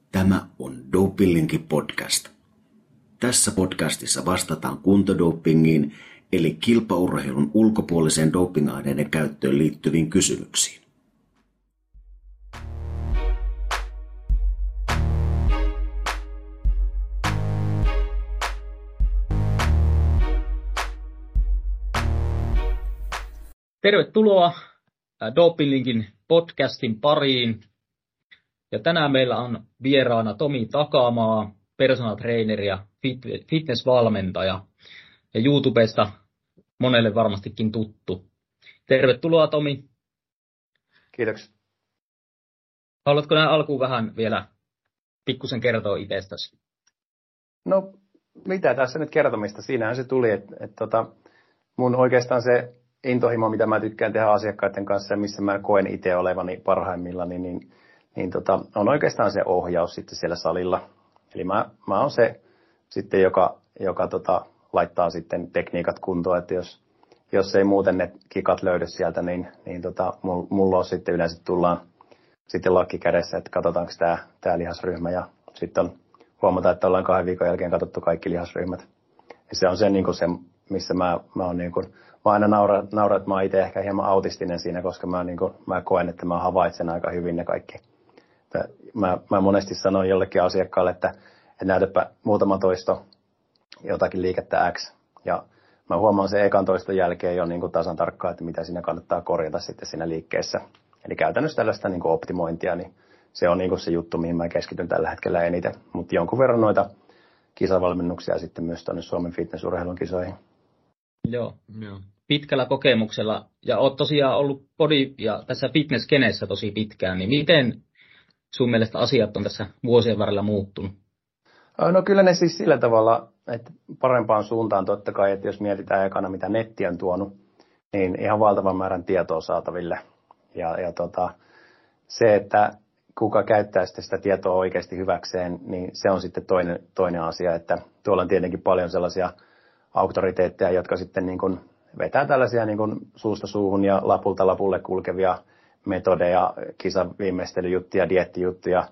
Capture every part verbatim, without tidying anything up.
Tämä on Dopingin podcast. Tässä podcastissa vastataan kuntodopingiin eli kilpaurheilun ulkopuoliseen dopingaineiden käyttöön liittyviin kysymyksiin. Tervetuloa Dopingin podcastin pariin. Ja tänään meillä on vieraana Tomi Takamaa, personal trainer ja fit- fitnessvalmentaja ja YouTubesta monelle varmastikin tuttu. Tervetuloa Tomi. Kiitoksia. Haluatko näin alkuun vähän vielä pikkusen kertoa itsestäsi? No mitä tässä nyt kertomista, siinähän se tuli, että et, tota, mun oikeastaan se intohimo, mitä mä tykkään tehdä asiakkaiden kanssa ja missä mä koen itse olevani parhaimmillaan, niin, niin, niin tota, on oikeastaan se ohjaus sitten siellä salilla. Eli mä, mä oon se sitten, joka, joka tota, laittaa sitten tekniikat kuntoon, että jos, jos ei muuten ne kikat löydy sieltä, niin, niin tota, mulla on sitten yleensä tullaan sitten lakki kädessä, että katsotaanko tämä, tämä lihasryhmä ja sitten on, huomataan, että ollaan kahden viikon jälkeen katsottu kaikki lihasryhmät. Ja se on se, niin kuin se missä mä, mä oon niin kuin, mä aina nauran, nauran, että mä oon itse ehkä hieman autistinen siinä, koska mä, niin kuin, mä koen, että mä havaitsen aika hyvin ne kaikki. Mä, mä monesti sanon jollekin asiakkaalle, että, että näytäpä muutama toisto jotakin liikettä X. Ja mä huomaan sen ekan toiston jälkeen jo niin kuin tasan tarkkaan, että mitä siinä kannattaa korjata sitten siinä liikkeessä. Eli käytännössä tällaista niin kuin optimointia, niin se on niin kuin se juttu, mihin mä keskityn tällä hetkellä eniten. Mutta jonkun verran noita kisavalmennuksia sitten myös tuonne Suomen fitnessurheilun kisoihin. Joo, joo. Pitkällä kokemuksella. Ja olet tosiaan ollut body- ja tässä fitness-kenessä tosi pitkään, niin miten sun mielestä asiat on tässä vuosien varrella muuttunut? No kyllä ne siis sillä tavalla, että parempaan suuntaan totta kai, että jos mietitään ekana mitä netti on tuonut, niin ihan valtavan määrän tietoa saataville. Ja, ja tota, se, että kuka käyttää sitten sitä tietoa oikeasti hyväkseen, niin se on sitten toinen, toinen asia, että tuolla on tietenkin paljon sellaisia auktoriteetteja, jotka sitten niin kuin vetää tällaisia niin kuin suusta suuhun ja lapulta lapulle kulkevia metodeja, kisaviimeistelyjuttuja, dieettijuttuja.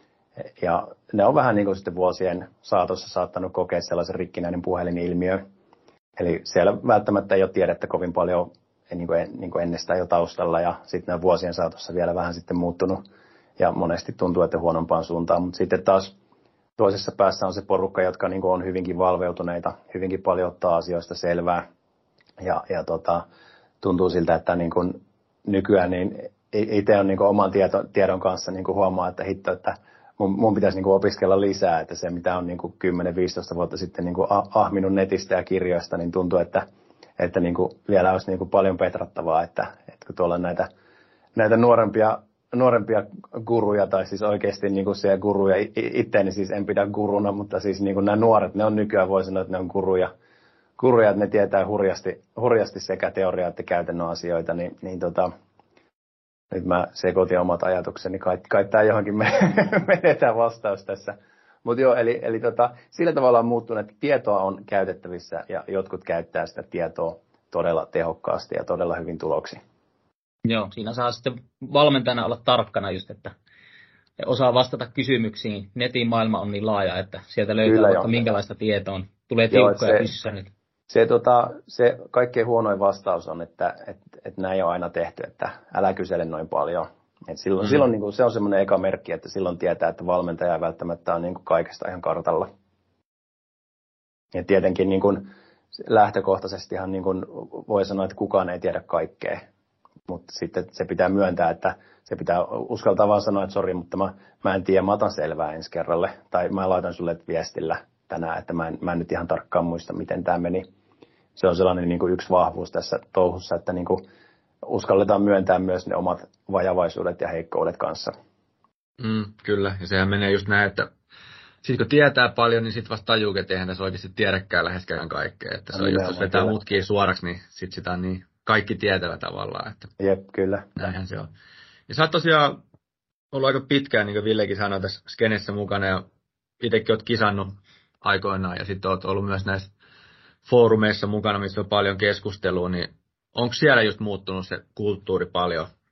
Ja ne on vähän niin kuin sitten vuosien saatossa saattanut kokea sellaisen rikkinäinen puhelinilmiö. Eli siellä välttämättä ei ole tiedettä kovin paljon niin kuin, niin kuin ennestään jo taustalla ja sitten ne on vuosien saatossa vielä vähän sitten muuttunut. Ja monesti tuntuu, että huonompaan suuntaan, mutta sitten taas toisessa päässä on se porukka, jotka niin kuin on hyvinkin valveutuneita, hyvinkin paljon ottaa asioista selvää. Ja, ja tota, tuntuu siltä, että niin kuin nykyään niin itse on niin kuin oman tieto, tiedon kanssa niin kuin huomaa, että hitto, että mun, mun pitäisi niin kuin opiskella lisää, että se mitä on niin kuin kymmenen viisitoista vuotta sitten niin kuin ahminut netistä ja kirjoista, niin tuntuu, että, että niin kuin vielä olisi niin kuin paljon petrattavaa, että, että kun tuolla näitä, näitä nuorempia nuorempia guruja, tai siis oikeasti niin kuin se guruja, itteeni siis en pidä guruna, mutta siis niin kuin nämä nuoret, ne on nykyään, voi sanoa, että ne on guruja, guruja että ne tietää hurjasti, hurjasti sekä teoriaa että käytännön asioita, niin, niin tota, nyt mä sekoitin omat ajatukseni, kai, kai tämä johonkin menetään vastaus tässä. Mutta joo, eli, eli tota, sillä tavalla on muuttunut, että tietoa on käytettävissä, ja jotkut käyttää sitä tietoa todella tehokkaasti ja todella hyvin tuloksi. Joo, siinä saa sitten valmentajana olla tarkkana just, että osaa vastata kysymyksiin. Netin maailma on niin laaja, että sieltä löytää Kyllä, vaikka jo. minkälaista tietoa on. Tulee tiukkoja kysymyksiä. Se, tota, se kaikkein huonoin vastaus on, että et, et näin on aina tehty, että älä kysele noin paljon. Et silloin, mm. silloin niin kuin, se on semmoinen eka merkki, että silloin tietää, että valmentaja välttämättä on niin kuin kaikesta ihan kartalla. Ja tietenkin niin kuin, lähtökohtaisestihan niin kuin, voi sanoa, että kukaan ei tiedä kaikkea. Mutta sitten se pitää myöntää, että se pitää uskaltaa vaan sanoa, että sori, mutta mä, mä en tiedä, mä otan selvää ensi kerralle. Tai mä laitan sulle viestillä tänään, että mä en, mä en nyt ihan tarkkaan muista, miten tämä meni. Se on sellainen niin kuin yksi vahvuus tässä touhussa, että niin kuin uskalletaan myöntää myös ne omat vajavaisuudet ja heikkoudet kanssa. Mm, kyllä, ja sehän menee just näin, että sitten kun tietää paljon, niin sitten vasta tajuu, että eihän tässä oikeasti tiedäkään läheskään kaikkea. Että se on just, jos vetää mutkia suoraksi, niin sitten sitä on niin kaikki tietävä tavallaan. Että Jep, kyllä. Näinhän se on. Ja sä oot tosiaan ollut aika pitkään, niin kuin Villekin sanoi, tässä skenessä mukana, ja itsekin oot kisannut aikoinaan, ja sitten oot ollut myös näissä foorumeissa mukana, missä on paljon keskustelua, niin onko siellä just muuttunut se kulttuuri paljon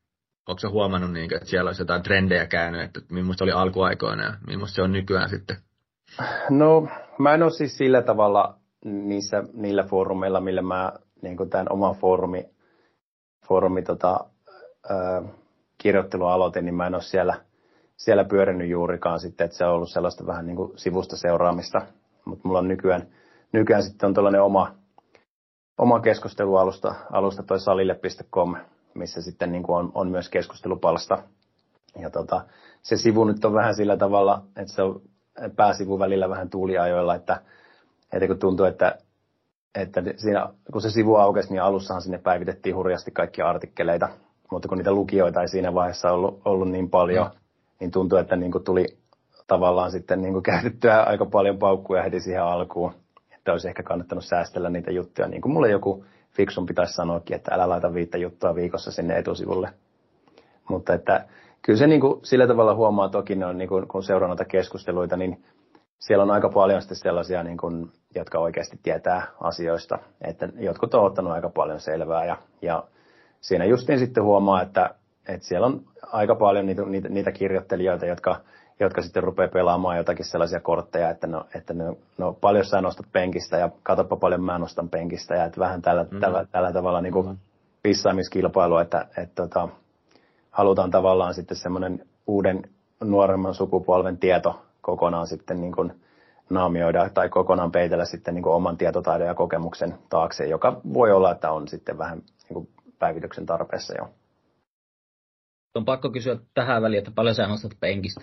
onko sä huomannut, niin, että siellä olisi jotain trendejä käynyt, että millaista oli alkuaikoina ja millaista se on nykyään sitten? No, mä en ole siis sillä tavalla niissä, niillä foorumeilla, millä mä niin kuin tämän oman foorumi, foorumi tota, ää, kirjoittelun aloitin, niin mä en ole siellä, siellä pyörinyt juurikaan sitten, että se on ollut sellaista vähän niin kuin sivusta seuraamista. Mutta mulla on nykyään, nykyään sitten on tällainen oma, oma keskustelualusta, alusta toi salille piste com, missä sitten niin kuin on, on myös keskustelupalsta. Ja tota, se sivu nyt on vähän sillä tavalla, että se on pääsivu välillä vähän tuuliajoilla, että, että kun tuntuu, että, että siinä, kun se sivu aukesi, niin alussahan sinne päivitettiin hurjasti kaikkia artikkeleita, mutta kun niitä lukijoita ei siinä vaiheessa ollut, ollut niin paljon, mm. niin tuntuu, että niin kuin tuli tavallaan sitten niin kuin käytettyä aika paljon paukkuja heti siihen alkuun, että olisi ehkä kannattanut säästellä niitä juttuja, niin kuin mulle joku fiksun pitäisi sanoakin, että älä laita viittä juttua viikossa sinne etusivulle, mutta että kyllä se niin kuin sillä tavalla huomaa toki, ne on, niin kuin, kun seuraa noita keskusteluita, niin siellä on aika paljon sitten sellaisia, niin kuin, jotka oikeasti tietää asioista. Että jotkut on ottanut aika paljon selvää. Ja, ja siinä justiin sitten huomaa, että, että siellä on aika paljon niitä, niitä, niitä kirjoittelijoita, jotka, jotka sitten rupeaa pelaamaan jotakin sellaisia kortteja, että, no, että no, no, paljon sä nostat penkistä ja katsoppa paljon mä nostan penkistä. Ja että vähän tällä, mm. tällä, tällä tavalla niin kuin pissaamiskilpailua, että, että, että halutaan tavallaan sitten semmoinen uuden nuoremman sukupolven tieto kokonaan sitten niin kuin naamioida tai kokonaan peitellä sitten niin kuin oman tietotaidon ja kokemuksen taakse, joka voi olla, että on sitten vähän niin kuin päivityksen tarpeessa jo. On pakko kysyä tähän väliin, että paljon sä nostat penkistä?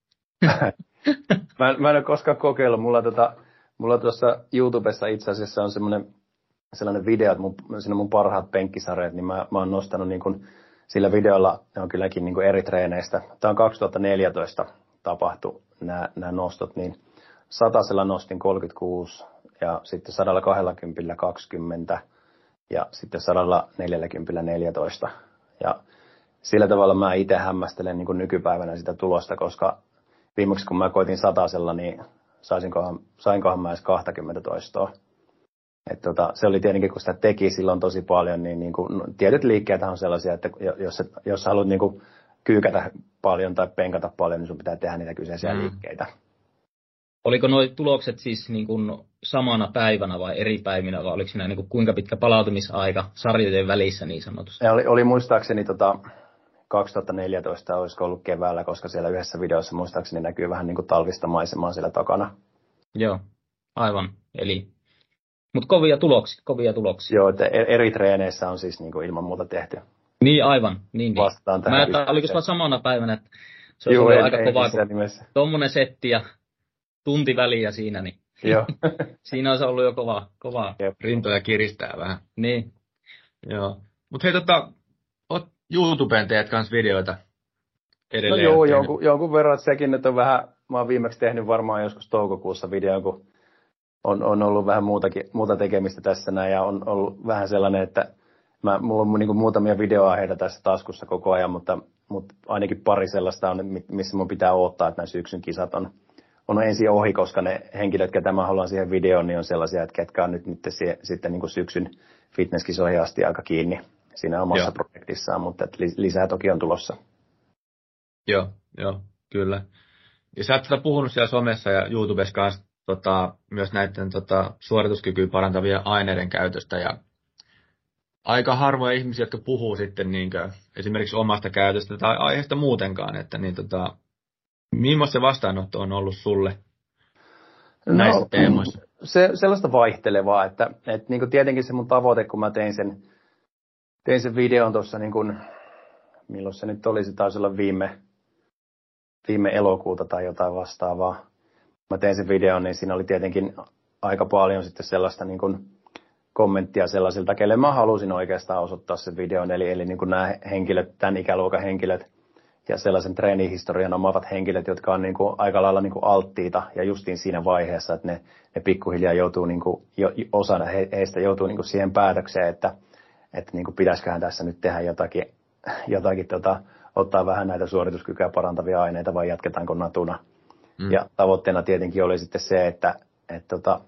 mä, mä en ole koskaan kokeillut. Mulla, tota, mulla tuossa YouTubessa itse asiassa on semmoinen sellainen video, että mun, siinä on mun parhaat penkkisarjat, niin mä, mä oon nostanut niin kuin sillä videolla, ne on kylläkin niin kuin eri treeneistä. Tämä on kaksituhattaneljätoista tapahtu nämä, nämä nostot, niin satasella nostin kolmekymmentäkuusi ja sitten sadalla kaksikymmentä kaksikymmentä ja sitten sadalla neljäkymmentä neljätoista. Ja sillä tavalla mä itse hämmästelen niin kuin nykypäivänä sitä tulosta, koska viimeksi kun mä koitin satasella, niin saisinkohan, sainkohan mä edes kaksikymmentä toistoa. Et tota, se oli tietenkin, kun sitä teki silloin tosi paljon, niin, niin kuin, no, tietyt liikkeet on sellaisia, että jos, jos haluat niin kuin kyykätä paljon tai penkata paljon, niin sun pitää tehdä niitä kyseisiä mm. liikkeitä. Oliko nuo tulokset siis niin kuin samana päivänä vai eri päivinä, vai oliko siinä niin kuin kuinka pitkä palautumisaika sarjojen välissä niin sanotusti? Oli, oli muistaakseni tota, kaksituhattaneljätoista olisiko ollut keväällä, koska siellä yhdessä videossa muistaakseni näkyy vähän niin kuin talvista maisemaa siellä takana. Joo, aivan. Eli mutta kovia tuloksia, kovia tuloksia. Joo, että eri treeneissä on siis niin kuin ilman muuta tehty. Niin, aivan. Niin, vastaan niin. Mä ajattelin, oliko se vaan samana päivänä, että se Joo, olisi ei, aika ei, kovaa, kun tuommoinen setti ja tunti väliä siinä, niin Joo. siinä olisi ollut jo kovaa. kovaa. Rintoja kiristää vähän. Niin. Joo. Mutta hei, tota, oot YouTubeen teet kans videoita edelleen. No joo, jonkun, jonkun verran, että sekin nyt on vähän, mä oon viimeksi tehnyt varmaan joskus toukokuussa videon, kun on, on ollut vähän muutakin, muuta tekemistä tässä näin, ja on ollut vähän sellainen, että mä, mulla on niin kuin muutamia videoaiheita tässä taskussa koko ajan, mutta, mutta ainakin pari sellaista on, missä mun pitää odottaa, että nämä syksyn kisat on, on ensin ohi, koska ne henkilöt, ketä mä haluan siihen videoon, niin on sellaisia, että ketkä on nyt, nyt sie, sitten niin kuin syksyn fitnesskisoihin asti aika kiinni siinä omassa Joo. projektissaan, mutta lisää toki on tulossa. Joo, joo, kyllä. Ja sä oot tätä puhunut siellä somessa ja YouTubessa kanssa tota, myös näiden tota, suorituskykyä parantavia aineiden käytöstä, ja aika harvoja ihmisiä, jotka puhuu sitten niin kuin, esimerkiksi omasta käytöstä tai aiheesta muutenkaan, että niin, tota, millaista se vastaanotto on ollut sulle näissä no, teemoissa? Se, sellaista vaihtelevaa, että, että niin kuin tietenkin se mun tavoite, kun mä tein sen, tein sen videon tuossa, niin kuin, milloin se nyt oli, se taisi olla viime, viime elokuuta tai jotain vastaavaa. Mä tein sen videon, niin siinä oli tietenkin aika paljon sitten sellaista niin kuin kommenttia sellaisilta, kelle mä halusin oikeastaan osoittaa sen videon, eli, eli niin kuin nämä henkilöt, tämän ikäluokan henkilöt ja sellaisen treenihistorian omaavat henkilöt, jotka on niin kuin aika lailla niin kuin alttiita ja justiin siinä vaiheessa, että ne, ne pikkuhiljaa joutuu, niin kuin, jo, osana he, heistä joutuu niin kuin siihen päätökseen, että, että niin kuin pitäisiköhän tässä nyt tehdä jotakin, jotakin tota, ottaa vähän näitä suorituskykyä parantavia aineita vai jatketaanko natuna. Mm. Ja tavoitteena tietenkin oli sitten se, että, että tota,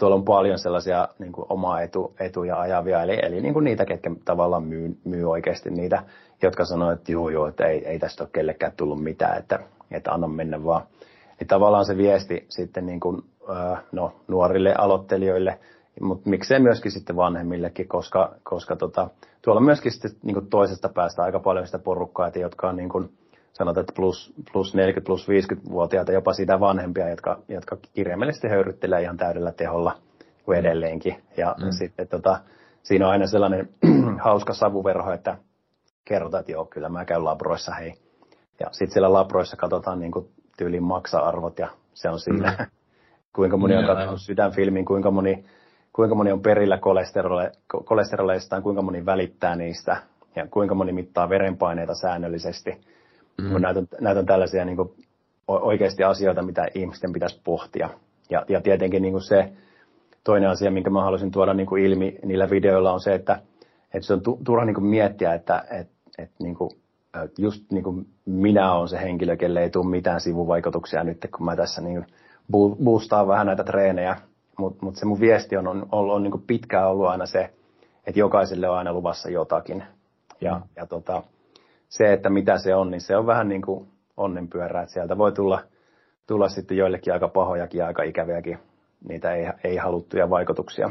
tuolla on paljon sellaisia niin kuin omaa etu, etuja ajavia, eli, eli niin kuin niitä, ketkä tavallaan myy, myy oikeasti niitä, jotka sanoo, että joo, joo, että ei, ei tästä ole kellekään tullut mitään, että, että anna mennä vaan. Niin tavallaan se viesti sitten niin kuin, no, nuorille aloittelijoille, mutta miksei myöskin sitten vanhemmillekin, koska, koska tota, tuolla on myöskin sitten niin kuin toisesta päästä aika paljon sitä porukkaa, että jotka on niin kuin, sanotaan, että plus, plus neljäkymmentä, plus viisikymmentävuotiaita, jopa sitä vanhempia, jotka, jotka kirjaimellisesti höyryttelee ihan täydellä teholla kuin edelleenkin. Ja mm. sitten tota, siinä on aina sellainen hauska savuverho, että kerrotaan, että joo, kyllä mä käyn labroissa, hei. Ja sitten siellä labroissa katsotaan niin kuin tyylin maksa-arvot ja se on siinä. Mm. kuinka moni on katsonut sydänfilmin, kuinka moni, kuinka moni on perillä kolesteroleistaan, kuinka moni välittää niistä ja kuinka moni mittaa verenpaineita säännöllisesti. Mm. Näitä, on, näitä on tällaisia niin kuin, oikeasti asioita, mitä ihmisten pitäisi pohtia. Ja, ja tietenkin niin kuin se toinen asia, minkä mä haluaisin tuoda niin kuin ilmi niillä videoilla, on se, että, että se on turha niin kuin miettiä, että, että, että niin kuin, just niin kuin minä olen se henkilö, kelle ei tule mitään sivuvaikutuksia nyt, kun mä tässä niin boostaan vähän näitä treenejä. Mutta mut se mun viesti on, on, on, on niin kuin pitkään ollut aina se, että jokaiselle on aina luvassa jotakin. Ja, mm. ja tota, se, että mitä se on, niin se on vähän niin kuin onnenpyörä, että sieltä voi tulla, tulla sitten joillekin aika pahojakin ja aika ikäviäkin niitä ei, ei haluttuja vaikutuksia.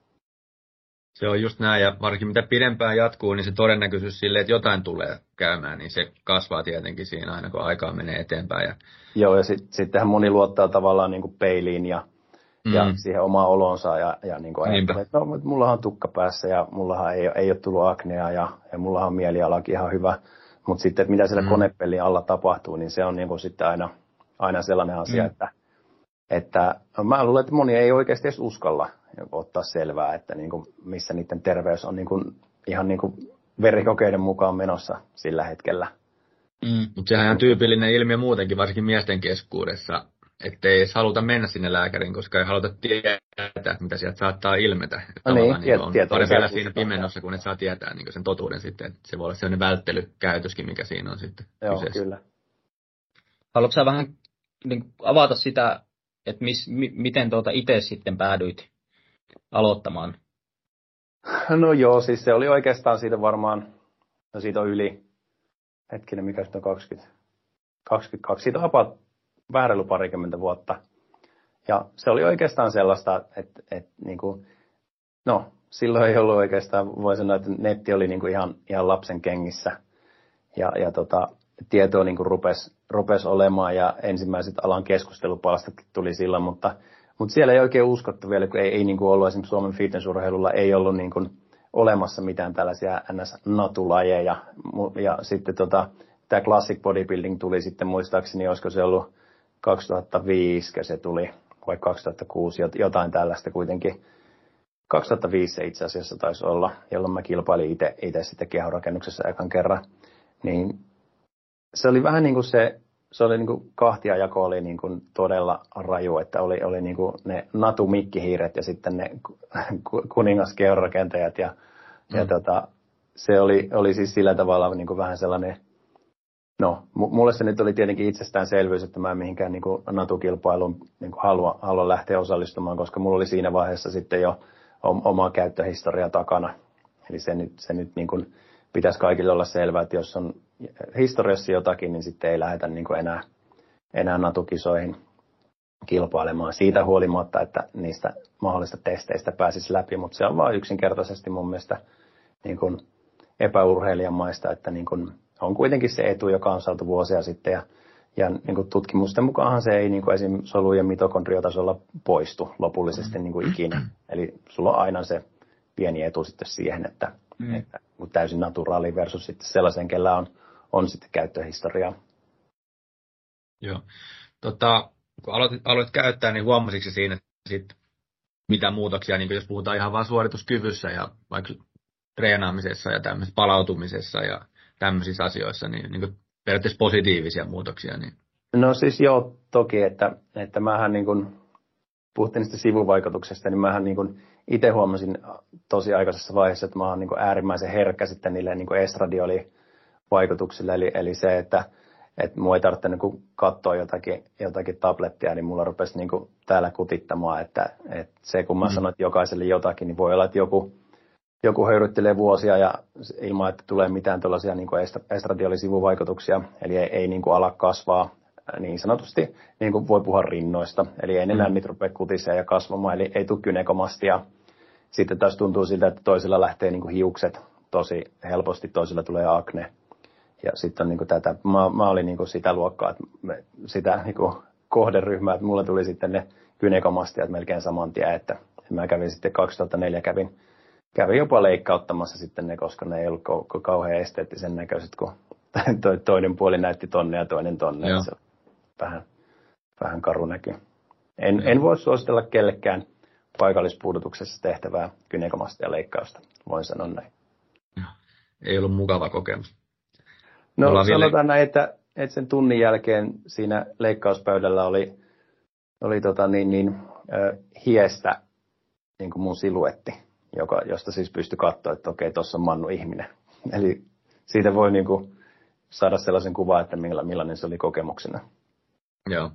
Se on just näin, ja varsinkin mitä pidempään jatkuu, niin se todennäköisyys sille, että jotain tulee käymään, niin se kasvaa tietenkin siinä aina, kun aikaa menee eteenpäin. Ja... Joo, ja sit, sittenhän moni luottaa tavallaan niin kuin peiliin ja, mm. ja siihen omaan olonsa, ja, ja niin kuin ajattelee, että no, mullahan on tukka päässä, ja mullahan ei, ei ole tullut aknea, ja, ja mullahan on mielialakin ihan hyvä. Mutta sitten, että mitä siellä mm. konepellin alla tapahtuu, niin se on niin kuin sitten aina, aina sellainen asia, mm. että, että mä luulen, että moni ei oikeasti edes uskalla ottaa selvää, että niin kuin, missä niiden terveys on niin kuin, ihan niin kuin verikokeiden mukaan menossa sillä hetkellä. Mm. Mutta sehän on tyypillinen ilmiö muutenkin, varsinkin miesten keskuudessa, ettei edes haluta mennä sinne lääkäriin, koska ei haluta tietää, mitä sieltä saattaa ilmetä. No niin, niin on paljon vielä siinä pimennossa, kun et saa tietää niin sen totuuden sitten. Että se voi olla sellainen välttelykäytöskin, mikä siinä on sitten Joo, kyseessä. Kyllä. Haluatko sä vähän niin, avata sitä, että mis, mi, miten tuota itse sitten päädyit aloittamaan? No joo, siis se oli oikeastaan siitä varmaan, no siitä on yli, hetkinen, mikä sitten on kaksikymmentä, kaksikymmentäkaksi, siitä on about vähän reilu parikymmentä vuotta. Ja se oli oikeastaan sellaista, että, että niin kuin, no silloin ei ollut oikeastaan, voi sanoa, että netti oli niin kuin ihan, ihan lapsen kengissä. Ja, ja tota, tietoa niin kuin rupesi, rupesi olemaan ja ensimmäiset alan keskustelupalstat tuli silloin, mutta, mutta siellä ei oikein uskottu vielä, kun ei, ei niin kuin ollut esimerkiksi Suomen fitnessurheilulla ei ollut niin kuin olemassa mitään tällaisia N S-natulajeja. Ja sitten tota, tämä classic bodybuilding tuli sitten muistaakseni, olisiko se ollut kaksituhattaviisi se tuli, vai kaksituhattakuusi, jotain tällaista kuitenkin. kaksituhattaviisi se itse asiassa taisi olla, jolloin mä kilpailin itse, itse sitten kehorakennuksessa ekan kerran. Niin se oli vähän niin kuin se, se oli niin kuin kahtiajako oli niin kuin todella raju, että oli, oli niin kuin ne natu-mikkihiiret ja sitten ne kuningaskehorakentajat. Ja, mm. ja tota, se oli, oli siis sillä tavalla niin kuin vähän sellainen. No, mulle se nyt oli tietenkin itsestäänselvyys, että mä en mihinkään niin kuin natukilpailuun niin kuin halua, halua lähteä osallistumaan, koska mulla oli siinä vaiheessa sitten jo oma käyttöhistoria takana. Eli se nyt, se nyt niin kuin pitäisi kaikille olla selvää, että jos on historiassa jotakin, niin sitten ei lähdetä niin kuin enää, enää natukisoihin kilpailemaan siitä huolimatta, että niistä mahdollisista testeistä pääsisi läpi, mutta se on vaan yksinkertaisesti mun mielestä niin kuin epäurheilijamaista, että niin kuin on kuitenkin se etu, joka on saatu vuosia sitten, ja, ja niin kuin tutkimusten mukaanhan se ei niin kuin esim. Solu- ja mitokondriotasolla poistu lopullisesti niin kuin ikinä. Eli sulla on aina se pieni etu sitten siihen, että, mm. että täysin naturaali versus sitten sellaisen, kellä on, on sitten käyttöhistoriaa. Joo. Tota, kun aloit, aloit käyttää, niin huomasitko siinä sit, mitä muutoksia, niin jos puhutaan ihan vain suorituskyvyssä ja vaikka treenaamisessa ja tämmöisessä palautumisessa ja tämmöisissä asioissa, niin, niin periaatteessa positiivisia muutoksia. Niin. No siis joo, toki, että, että mähän niin kuin, puhuttiin niistä sivuvaikutuksesta, niin mähän niin kuin itse huomasin tosi aikaisessa vaiheessa, että mä oon niin kuin äärimmäisen herkkä sitten niille niin kuin estradiolivaikutuksille, eli, eli se, että, että mua ei tarvitse niin katsoa jotakin, jotakin tablettia, niin mulla rupesi niin kuin täällä kutittamaan, että, että se kun mä mm. sanon, että jokaiselle jotakin, niin voi olla, että joku, joku höyryttelee vuosia ja ilman, että tulee mitään tuollaisia niin kuin estradiolisivuvaikutuksia, eli ei, ei niin kuin ala kasvaa niin sanotusti, niin kuin voi puhua rinnoista, eli ei ne mm. lämmit rupea kutiseen ja kasvamaan, eli ei tule gynekomastia. Sitten taas tuntuu siltä, että toisilla lähtee niin kuin hiukset tosi helposti, toisilla tulee akne. Ja sitten on niin kuin tätä, mä, mä olin niin kuin sitä luokkaa, että me, sitä niin kuin kohderyhmää, että mulla tuli sitten ne gynekomastiat melkein saman tien, että mä kävin sitten kaksituhattaneljä, kävin, kävin jopa leikkauttamassa sitten ne, koska ne ei ollut kau- kauhean esteettisen näköiset, kun toinen puoli näytti tonne ja toinen tonne. Se vähän, vähän karu näky. En, en voi suositella kellekään paikallispuudutuksessa tehtävää gynekomastia leikkausta, voin sanoa näin. Ei ollut mukava kokemus. No sanotaan vielä näin, että, että sen tunnin jälkeen siinä leikkauspöydällä oli, oli tota niin, niin, äh, hiestä niin kuin mun siluetti, joka, josta siis pystyi katsoa, että okei, tuossa on Mannu ihminen. Eli siitä voi niin kuin saada sellaisen kuvan, että millainen se oli kokemuksena. Joo.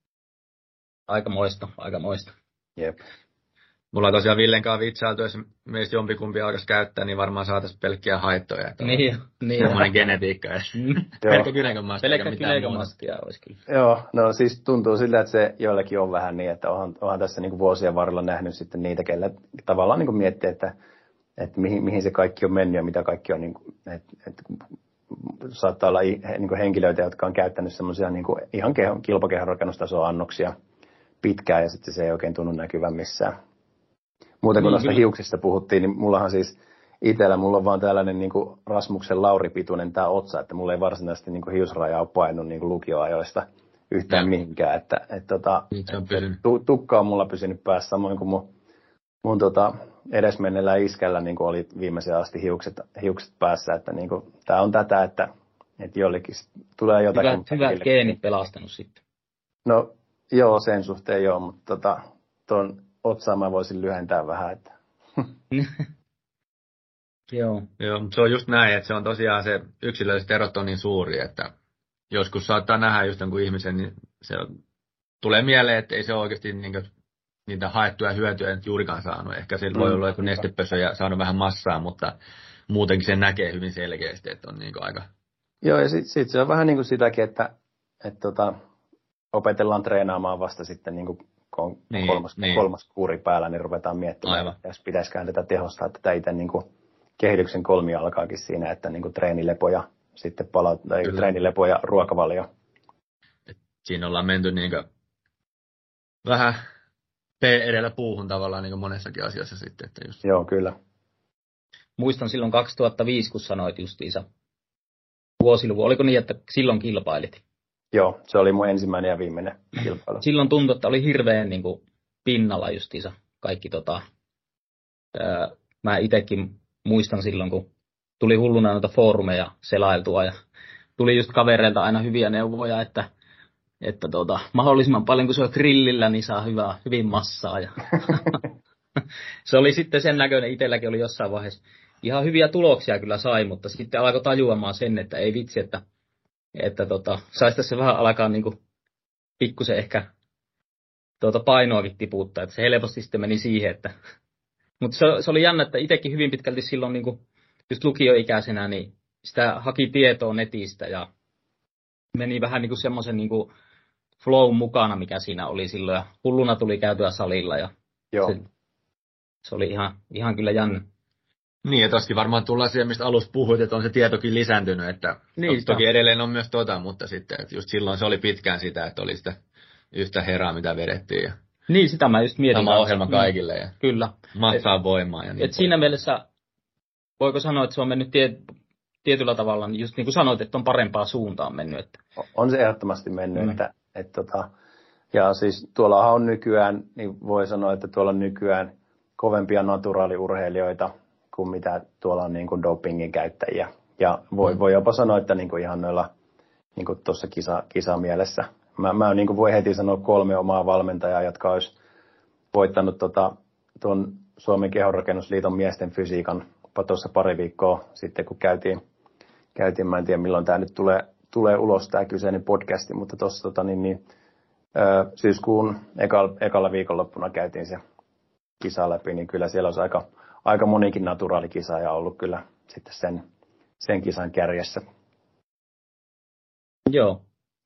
Aika moista, aika moista. Jep. Mulla on tosiaan Villen kanssa vitsailtu, jos meistä jompikumpi alkaisi käyttää, niin varmaan saataisiin pelkkiä haittoja. Niin, niin. Semmoinen genetiikka. Pelkkä gynekomastia. Pelkkä gynekomastia olisi kyllä. Joo, no siis tuntuu siltä, että se joillekin on vähän niin, että onhan, onhan tässä niin kuin vuosien varrella nähnyt sitten niitä, kelle tavallaan niin kuin miettii, että, että mihin, mihin se kaikki on mennyt ja mitä kaikki on, niin kuin, että, että saattaa olla niin kuin henkilöitä, jotka on käyttänyt semmoisia niin kuin ihan kilpakehonrakennustason annoksia pitkään ja sitten se ei oikein tunnu näkyvän missään. Muuten kun niin, noista hiuksista puhuttiin, niin mullahan siis itsellä, mulla on vaan tällainen niin kuin Rasmuksen Lauri-pituinen tämä otsa, että mulla ei varsinaisesti niin kuin hiusraja ole painut niin kuin lukioajoista yhtään ja mihinkään. Että, et, tota, et, tukka on mulla pysynyt päässä, samoin kuin mun, mun tota, edesmenneellä iskällä niin kuin oli viimeisen asti hiukset, hiukset päässä. Että niin kuin, tää on tätä, että, että jollekin tulee jotakin. Hyvät, hyvät geenit pelastanut sitten. No joo, sen suhteen joo, mutta tota, ton otsaa mä voisin lyhentää vähän, että Joo. Joo, mutta se on just näin, että se on tosiaan se yksilölliset erot on niin suuri, että joskus saattaa nähdä just jonkun ihmisen, niin se on, tulee mieleen, että ei se ole oikeasti niin kuin, niitä haettuja hyötyjä nyt juurikaan saanut. Ehkä sillä mm. voi olla joku nestepösö ja saanut vähän massaa, mutta muutenkin se näkee hyvin selkeästi, että on niin kuin aika. Joo, ja sitten sit se on vähän niin kuin sitäkin, että et tota, opetellaan treenaamaan vasta sitten niin kuin kun niin, kolmas, niin. kolmas kuuri päällä, niin ruvetaan miettimään, että jos pitäisikään tätä tehostaa, tätä itse niin kuin kehityksen kolmio alkaakin siinä, että niin kuin treenilepo ja sitten pala, tai treenilepo ja ruokavalio. Et siinä ollaan menty niin kuin vähän P edellä puuhun tavallaan niin kuin monessakin asiassa sitten. Että just. Joo, kyllä. Muistan silloin kaksituhattaviisi, kun sanoit justiinsa vuosiluvu. Oliko niin, että silloin kilpailit? Joo, se oli mun ensimmäinen ja viimeinen kilpailu. Silloin tuntui, että oli hirveän niin kuin, pinnalla justiinsa kaikki. Tota, ää, mä itsekin muistan silloin, kun tuli hulluna noita foorumeja selailtua ja tuli just kavereilta aina hyviä neuvoja, että, että tota, mahdollisimman paljon kun se on grillillä, niin saa hyvää, hyvin massaa. Ja se oli sitten sen näköinen, itselläkin oli jossain vaiheessa ihan hyviä tuloksia kyllä sai, mutta sitten alkoi tajuamaan sen, että ei vitsi, että että tota, saisi tässä vähän alkaa niinku pikkusen ehkä tuota painoakin tiputtaa, että se helposti sitten meni siihen, että mutta se, se oli jännä, että itsekin hyvin pitkälti silloin niinku just lukioikäisenä, niin sitä haki tietoa netistä ja meni vähän niinku semmoisen niinku flow mukana, mikä siinä oli silloin ja hulluna tuli käytyä salilla ja Joo. Se, se oli ihan, ihan kyllä jännä. Niin, ja toskin varmaan tullaan siihen, mistä alussa puhuit, että on se tietokin lisääntynyt, että niin, toki edelleen on myös tota, mutta sitten, että just silloin se oli pitkään sitä, että oli sitä yhtä herää, mitä vedettiin. Ja niin, sitä mä just mietin. Sama ohjelma kaikille ja kyllä. Massaa voimaa. Ja niin et siinä mielessä, voiko sanoa, että se on mennyt tie, tietyllä tavalla, niin just niin kuin sanoit, että on parempaa suuntaan mennyt. Että. On se ehdottomasti mennyt, mm. että, että tota, ja siis tuollahan on nykyään, niin voi sanoa, että tuolla on nykyään kovempia naturaaliurheilijoita, kuin mitä tuolla on niin kuin dopingin käyttäjiä. Ja voi, mm. voi jopa sanoa, että niin kuin ihan noilla niin kuin tuossa kisa, kisamielessä. Mä, mä niin kuin voi heti sanoa kolme omaa valmentajaa, jotka olisi voittanut tota, tuon Suomen kehonrakennusliiton miesten fysiikan tuossa pari viikkoa sitten, kun käytiin, käytiin, mä en tiedä milloin tämä nyt tulee, tulee ulos tämä kyseinen podcasti, mutta tuossa tota, niin, niin, ö, syyskuun ekalla, ekalla viikonloppuna käytiin se kisa läpi, niin kyllä siellä olisi aika, aika monikin naturaalikisaaja ollut kyllä sitten sen, sen kisan kärjessä. Joo.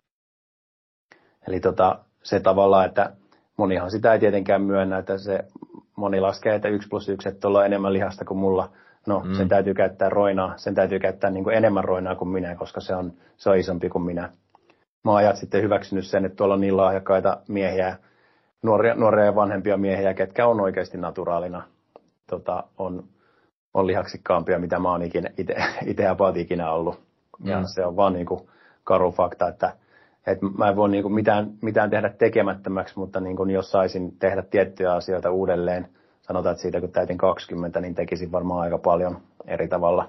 Eli tota, se tavallaan, että monihan sitä ei tietenkään myönnä, että se moni laskee, että yksi plus yksi, että tuolla on enemmän lihasta kuin mulla. No, mm. sen täytyy käyttää roinaa, sen täytyy käyttää niin kuin enemmän roinaa kuin minä, koska se on, se on isompi kuin minä. Mä oon ajat sitten hyväksynyt sen, että tuolla on niin lahjakkaita miehiä, nuoria, nuoria ja vanhempia miehiä, ketkä on oikeasti naturaalina, tota, on, on lihaksikkaampia, mitä mä oon itse about ikinä ollut. Mm. Ja se on vaan niin kuin karu fakta, että, että mä en voi niin kuin mitään, mitään tehdä tekemättömäksi, mutta niin kuin jos saisin tehdä tiettyjä asioita uudelleen, sanotaan, että siitä kun täytin kaksikymmentä, niin tekisin varmaan aika paljon eri tavalla.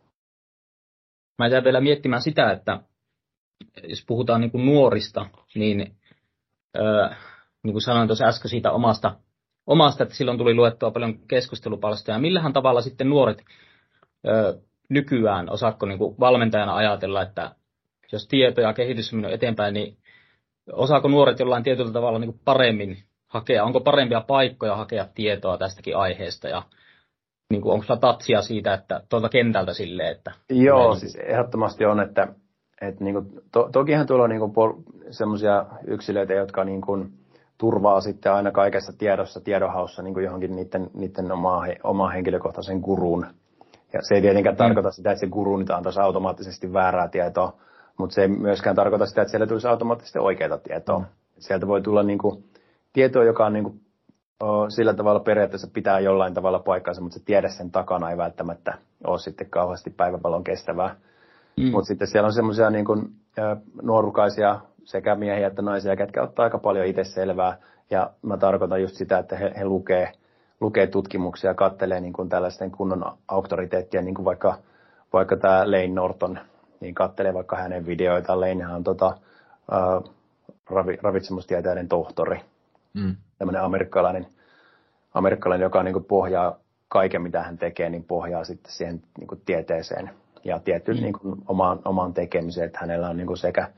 Mä jäin vielä miettimään sitä, että jos puhutaan niin kuin nuorista, niin, äh, niin kuin sanoin tuossa äsken siitä omasta, omasta, että silloin tuli luettua paljon keskustelupalstoja. Millähän tavalla sitten nuoret äh, nykyään, osaatko niin kuin valmentajana ajatella, että jos tieto ja kehitys on mennyt eteenpäin, niin osaako nuoret jollain tietyllä tavalla niin kuin paremmin hakea, onko parempia paikkoja hakea tietoa tästäkin aiheesta ja niin kuin, onko sulla tatsia siitä, että tuolta kentältä silleen, että... Joo, niin siis ehdottomasti on, että, että niin kuin, to, tokihan tuolla on niin kuin semmoisia yksilöitä, jotka niin kuin turvaa sitten aina kaikessa tiedossa, tiedonhaussa niin kuin johonkin niiden, niiden omaa, omaa henkilökohtaisen guruun. Ja se ei tietenkään mm. tarkoita sitä, että se guru nyt antaisi automaattisesti väärää tietoa, mutta se ei myöskään tarkoita sitä, että siellä tulisi automaattisesti oikeaa tietoa. Mm. Sieltä voi tulla niin kuin tietoa, joka on niin kuin, o, sillä tavalla periaatteessa pitää jollain tavalla paikkaansa, mutta se tiede sen takana ei välttämättä ole sitten kauheasti päivävalon kestävää. Mm. Mutta sitten siellä on semmoisia niin kuin, nuorukaisia sekä miehiä että naisia, ketkä ottaa aika paljon itse selvää. Ja mä tarkoitan just sitä, että he, he lukee, lukee tutkimuksia, kattelee niin kuin tällaisten kunnon auktoriteettien, niin kuin vaikka, vaikka tämä Layne Norton, niin kattelee vaikka hänen videoitaan. Laynehän on tota, uh, ravi, ravitsemustieteiden tohtori. Mm. Tämmöinen amerikkalainen, amerikkalainen, joka niin kuin pohjaa kaiken, mitä hän tekee, niin pohjaa sitten siihen niin kuin tieteeseen ja tiettyyn mm. niin kuin omaan, omaan tekemiseen, että hänellä on niin kuin sekä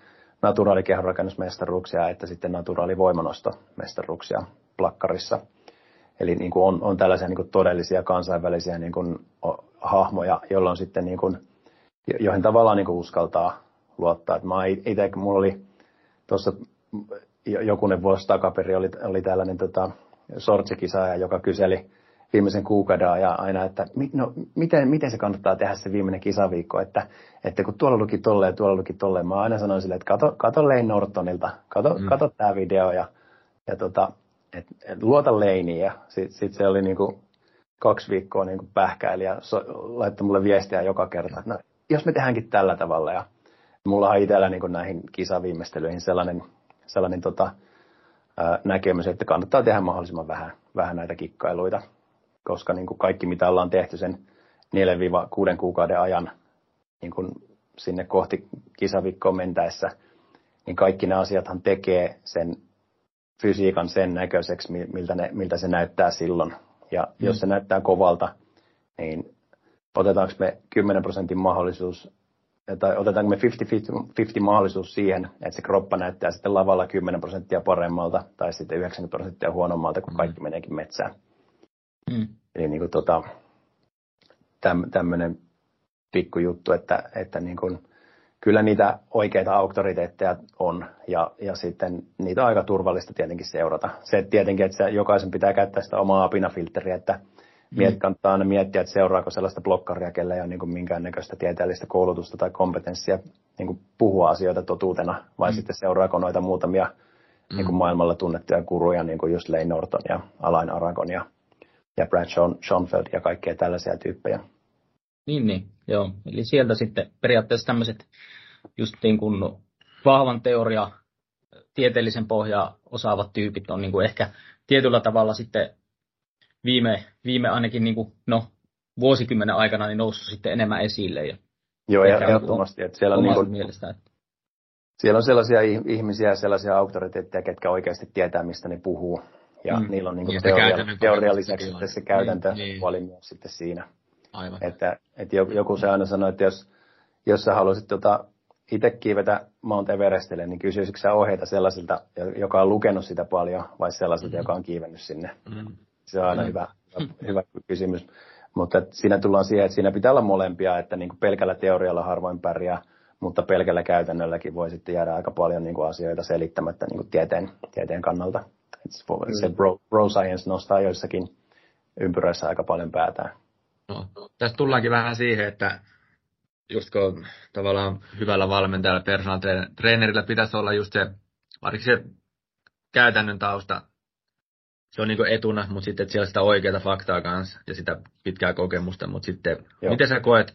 naturaalikehonrakennusmestaruuksia että sitten naturaalivoimanostomestaruuksia plakkarissa. Eli niin kuin on, on tällaisia niin kuin todellisia kansainvälisiä niin kuin hahmoja, joilla on sitten niin kuin, joihin tavallaan niin kuin uskaltaa luottaa. Että mä itse, mulla oli tuossa jokunen vuosi takaperi oli, oli tällainen tota, sortsikisaaja, joka kyseli viimeisen kuukauden ja aina, että no, miten, miten se kannattaa tehdä se viimeinen kisaviikko, että, että kun tuolla luki tolleen, tuolla luki tolleen, mä aina sanoin sille, että kato, kato Layne Nortonilta, kato, mm. kato tämä video ja, ja tota, et, et, luota Layniin ja sitten sit se oli niinku kaksi viikkoa niinku pähkäili ja so, laittoi mulle viestiä joka kerta, että no, jos me tehdäänkin tällä tavalla ja mulla on itsellä niinku näihin kisaviimeistelyihin sellainen sellainen tota, ää, näkemys, että kannattaa tehdä mahdollisimman vähän, vähän näitä kikkailuita, koska niin kuin kaikki, mitä ollaan tehty sen neljästä kuuteen kuukauden ajan niin kuin sinne kohti kisaviikkoon mentäessä, niin kaikki ne asiathan tekee sen fysiikan sen näköiseksi, miltä, ne, miltä se näyttää silloin. Ja mm. jos se näyttää kovalta, niin otetaanko me kymmenen prosentin mahdollisuus tai otetaanko me viisikymmentä viisikymmentä mahdollisuus siihen, että se kroppa näyttää sitten lavalla kymmenen prosenttia paremmalta tai sitten yhdeksänkymmentä prosenttia huonommalta, kun kaikki mm. meneekin metsään. Mm. Eli niin kuin tota, täm, tämmöinen pikkujuttu, että, että niin kuin, kyllä niitä oikeita auktoriteetteja on ja, ja sitten niitä on aika turvallista tietenkin seurata. Se tietenkin, että se, jokaisen pitää käyttää sitä omaa apinafiltteriä, että Miet, kannattaa aina miettiä, että seuraako sellaista blokkaria, kelle ei ole niin kuin minkäännäköistä tieteellistä koulutusta tai kompetenssia niin kuin puhua asioita totuutena, vai mm. sitten seuraako noita muutamia mm. niin kuin maailmalla tunnettuja guruja, niin kuin just Layne Norton ja Alain Aragon ja, ja Brad Schoenfeld ja kaikkea tällaisia tyyppejä. Niin, niin, joo. Eli sieltä sitten periaatteessa tämmöiset just niin kuin vahvan teoria, tieteellisen pohjaa osaavat tyypit on niin kuin ehkä tietyllä tavalla sitten Viime, viime ainakin niin kuin, no, vuosikymmenen aikana niin noussut sitten enemmän esille. Ja joo, ja ehdottomasti. Että siellä, on niin kuin, mielestä, että... siellä on sellaisia ihmisiä ja sellaisia auktoriteetteja, ketkä oikeasti tietää, mistä ne puhuu. Ja mm. niillä on niin kuin teoria, teoria lisäksi sitten se käytäntöpuoli niin, myös sitten siinä. Aivan. Että, että joku se aina sanoi, että jos, jos sä haluaisit tota itse kiivetä Mount Everestille, niin kysyisikö sä ohjeita sellaisilta, joka on lukenut sitä paljon, vai sellaisilta, mm-hmm. joka on kiivennyt sinne? Mm-hmm. Se on aina mm-hmm. hyvä, hyvä kysymys. Mutta siinä tullaan siihen, että siinä pitää olla molempia, että niin kuin pelkällä teorialla harvoin pärjää, mutta pelkällä käytännölläkin voi sitten jäädä aika paljon niin kuin asioita selittämättä niin kuin tieteen, tieteen kannalta. Mm. Se bro, bro science nostaa joissakin ympyröissä aika paljon päätään. No, tästä tullaankin vähän siihen, että just kun tavallaan hyvällä valmentajalla, personal trainerilla pitäisi olla just se, varsinkin se käytännön tausta, se on niin kuin etuna, mutta sitten että siellä sitä oikeaa faktaa kanssa ja sitä pitkää kokemusta, mutta sitten Joo. miten sä koet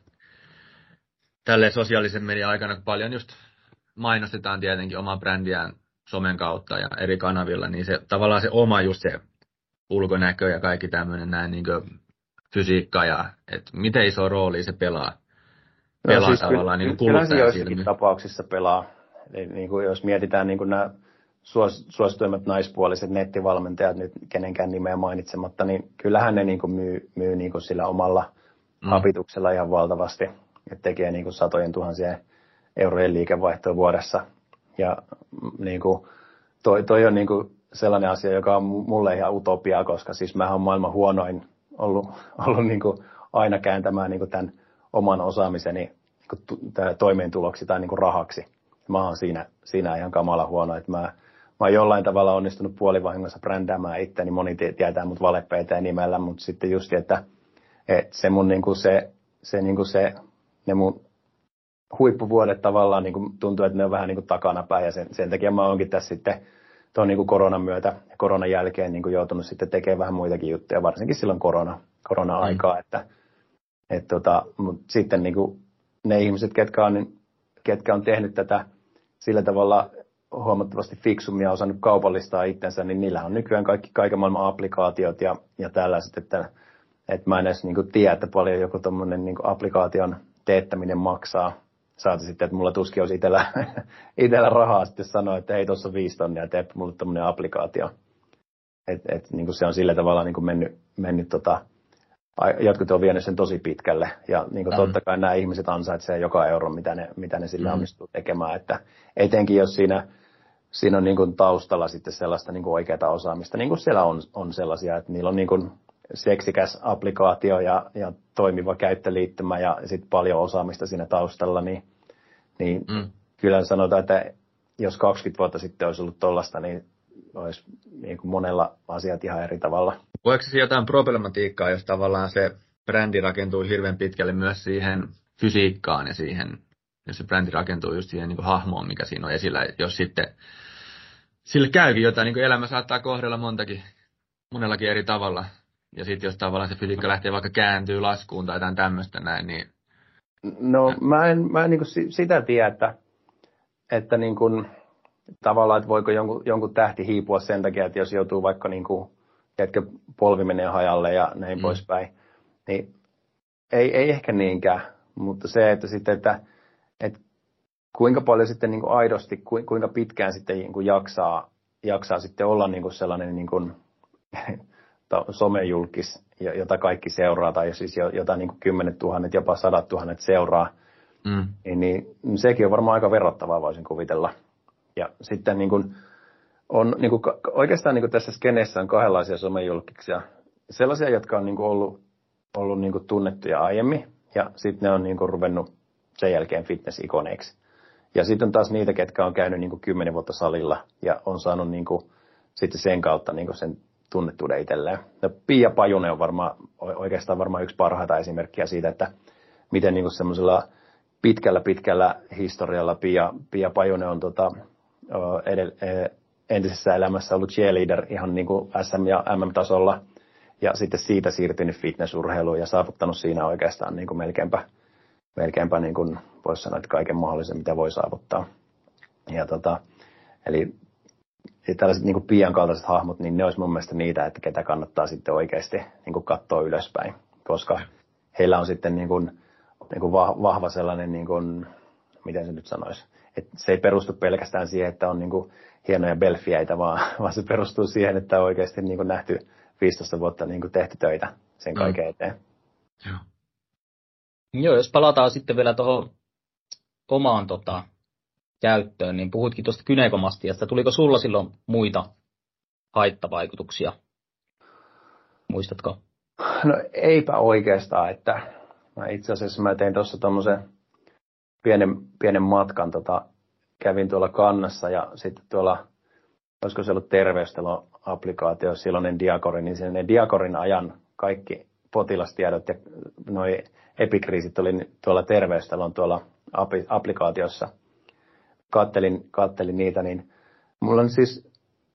tälleen sosiaalisen median aikana, kun paljon just mainostetaan tietenkin omaa brändiään somen kautta ja eri kanavilla, niin se tavallaan se oma just se ulkonäkö ja kaikki tämmöinen näin niin kuin fysiikka ja että miten iso rooli se pelaa, pelaa no, siis tavallaan niin kuin kuluttajan silmiin. Tapauksissa pelaa, eli niin kuin jos mietitään niin kuin nämä suos, suosituimmat naispuoliset nettivalmentajat, nyt kenenkään nimeä mainitsematta, niin kyllähän ne niin kuin myy, myy niin kuin sillä omalla mm. habituksella ihan valtavasti, että tekee niin kuin satojen tuhansien eurojen liikevaihtoa vuodessa. Ja niin kuin, toi, toi on niin kuin sellainen asia, joka on mulle ihan utopiaa, koska siis mä oon maailman huonoin ollut, ollut niin kuin aina kääntämään niin kuin tämän oman osaamiseni niin kuin toimeentuloksi tai niin kuin rahaksi. Mä oon siinä, siinä ihan kamala huono, että mä, mä oon jollain tavalla onnistunut puolivahingossa brändäämään itteni, moni tietää mut Vale P T nimellä, mutta sitten just, että, että se mun niin kuin se, se, niin kuin se, ne mun huippuvuodet tavallaan niin kuin tuntuu, että ne on vähän niin kuin takanapäin ja sen, sen takia mä oonkin tässä sitten tuon niin kuin koronan myötä ja koronan jälkeen niin kuin joutunut sitten tekemään vähän muitakin juttuja, varsinkin silloin korona, korona-aikaa, mm. että et tota, mutta sitten niin kuin ne ihmiset, ketkä on, ketkä on tehnyt tätä sillä tavalla huomattavasti fiksummin ja osannut kaupallistaa itsensä, niin niillä on nykyään kaikki kaiken maailman applikaatiot ja, ja tällaiset, että, että mä en edes niin kuin tiedä, että paljon joku tommoinen niin kuin applikaation teettäminen maksaa. Saati sitten, että mulla tuskin olisi itsellä, itsellä rahaa sitten sanoa, että hei, tuossa on viisi tonnia ja teepä mulle tommoinen applikaatio. Et, et, niin kuin se on sillä tavalla niin kuin mennyt, mennyt tota, jotkut on vienyt sen tosi pitkälle. Ja niin kuin totta kai nämä ihmiset ansaitsevat joka euro, mitä ne, mitä ne sillä mm. onnistuu tekemään. Että etenkin jos siinä, siinä on niin kuin taustalla sitten sellaista niin kuin oikeaa osaamista, niin kuin siellä on, on sellaisia, että niillä on niin kuin seksikäs applikaatio ja, ja toimiva käyttöliittymä ja sitten paljon osaamista siinä taustalla, niin, niin mm. kyllä sanotaan, että jos kaksikymmentä vuotta sitten olisi ollut tollasta, niin olisi niin kuin monella asiat ihan eri tavalla. Voiko se jotain problematiikkaa, jos tavallaan se brändi rakentuu hirveän pitkälle myös siihen fysiikkaan ja siihen, jos se brändi rakentuu just siihen niin kuin hahmoon, mikä siinä on esillä, jos sitten sillä käykin jotain, niin kuin elämä saattaa kohdella montakin, monellakin eri tavalla. Ja sitten jos tavallaan se fysiikka lähtee vaikka kääntyy laskuun tai jotain tämmöistä näin, niin... No ja. mä en, mä en niin kuin sitä tiedä, että, että niin kuin, tavallaan, että voiko jonkun, jonkun tähti hiipua sen takia, että jos joutuu vaikka niin kuin, tiedätkö, polvi menee hajalle ja näin mm. poispäin, niin ei, ei ehkä niinkään. Mutta se, että sitten, että, että kuinka paljon sitten niin kuin aidosti, kuinka pitkään sitten niin kuin jaksaa, jaksaa sitten olla niin kuin sellainen... Niin kuin, somejulkis, jota kaikki seuraa, tai siis jota niin kuin kymmenet tuhannet, jopa sadat tuhannet seuraa, mm. niin, niin sekin on varmaan aika verrattavaa, voisin kuvitella. Ja sitten niin kuin on, niin kuin, oikeastaan niin kuin tässä skeneessä on kahdenlaisia somejulkiksia. Sellaisia, jotka on niin kuin ollut, ollut niin kuin tunnettuja aiemmin, ja sitten ne on niin kuin ruvennut sen jälkeen fitness-ikoneiksi. Ja sitten on taas niitä, ketkä on käynyt niin kuin kymmenen vuotta salilla, ja on saanut niin kuin, sitten sen kautta niin kuin sen tunnettuuden itselleen. No, Pia Pajunen on varmaan, oikeastaan varmaan yksi parhaita esimerkkiä siitä, että miten niin kuin semmoisella pitkällä, pitkällä historialla Pia, Pia Pajunen on tota, edell, entisessä elämässä ollut cheerleader ihan niin kuin S M- ja M M-tasolla, ja sitten siitä siirtynyt fitnessurheiluun ja saavuttanut siinä oikeastaan niin kuin melkeinpä, melkeinpä niin kuin voisi sanoa, että kaiken mahdollisen, mitä voi saavuttaa. Ja tota, eli ja tällaiset niin kuin Pian kaltaiset hahmot, niin ne olisi mun mielestä niitä, että ketä kannattaa sitten oikeasti niin kuin katsoa ylöspäin, koska heillä on sitten niin kuin, niin kuin vahva sellainen, niin kuin, miten se nyt sanoisi, että se ei perustu pelkästään siihen, että on niin kuin hienoja belfiäitä, vaan, vaan se perustuu siihen, että on oikeasti niin kuin nähty viisitoista vuotta niin kuin tehty töitä sen kaiken eteen. Mm. Joo. Joo, jos palataan sitten vielä tuohon omaan tota, käyttöön, niin puhuitkin tuosta gynekomastiasta. Tuliko sulla silloin muita haittavaikutuksia? Muistatko? No eipä oikeastaan, että mä itse asiassa mä tein tuossa tommosen pienen, pienen matkan, tota, kävin tuolla Kannassa ja sitten tuolla, olisiko se ollut terveystalon-applikaatio, silloinen Diakori, niin sen Diakorin ajan kaikki potilastiedot ja noi epikriisit oli tuolla terveystalon tuolla applikaatiossa. Kattelin, kattelin niitä, niin mulla on siis,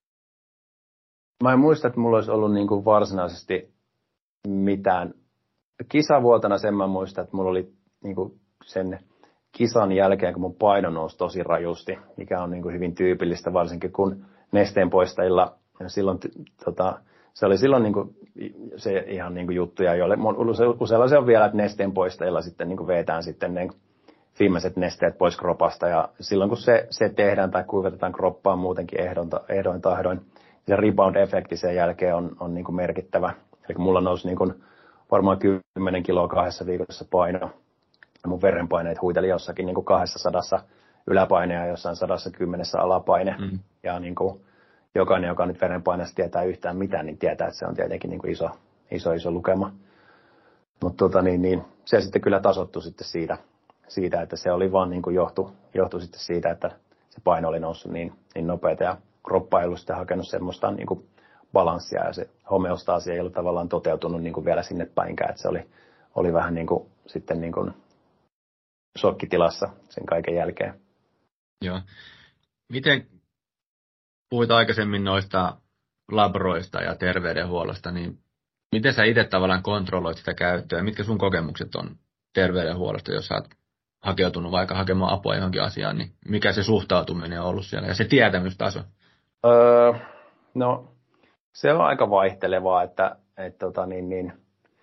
mä en muista, että mulla olisi ollut niin kuin varsinaisesti mitään. Kisavuotena sen mä muistan, että mulla oli niin kuin sen kisan jälkeen, kun mun paino nousi tosi rajusti, mikä on niin kuin hyvin tyypillistä, varsinkin kun nesteenpoistajilla, silloin, tota, se oli silloin niin kuin se ihan niin kuin juttuja, joille useilla se on vielä, että nesteenpoistajilla sitten niin kuin vetään sitten ne viimeiset nesteet pois kropasta, ja silloin kun se, se tehdään tai kuivatetaan kroppaan muutenkin ehdon, ehdoin tahdoin, se rebound-efekti sen jälkeen on, on niin kuin merkittävä. Eli mulla nousi niin kuin varmaan kymmenen kiloa kahdessa viikossa paino. Mun verenpaineet huiteli jossakin niin kuin kahdessa sadassa yläpaine ja jossain sadassa kymmenessä alapaine. Mm. Ja niin kuin jokainen, joka nyt verenpaineesta tietää yhtään mitään, niin tietää, että se on tietenkin niin kuin iso, iso, iso lukema. Mutta tota, niin, niin, se sitten kyllä tasoittui sitten siitä, siitä että se oli vaan niin kuin johtu, johtu sitten siitä, että se paino oli noussut niin, niin nopeata ja kroppa ei ollut sitten hakenut semmoista niin kuin balanssia ja se homeostaasi ei ollut tavallaan toteutunut niin kuin vielä sinne päinkään, että se oli, oli vähän niin kuin, sitten niin kuin shokkitilassa sen kaiken jälkeen. Joo. Miten puhuit aikaisemmin noista labroista ja terveydenhuollosta, niin miten sä itse tavallaan kontrolloit sitä käyttöä? Mitkä sun kokemukset on terveydenhuollosta, jos sä oot hakeutunut vaikka hakemaan apua johonkin asiaan, niin mikä se suhtautuminen on ollut siellä ja se tietämystaso? Öö, no, se on aika vaihtelevaa, että et, tota, niin, niin,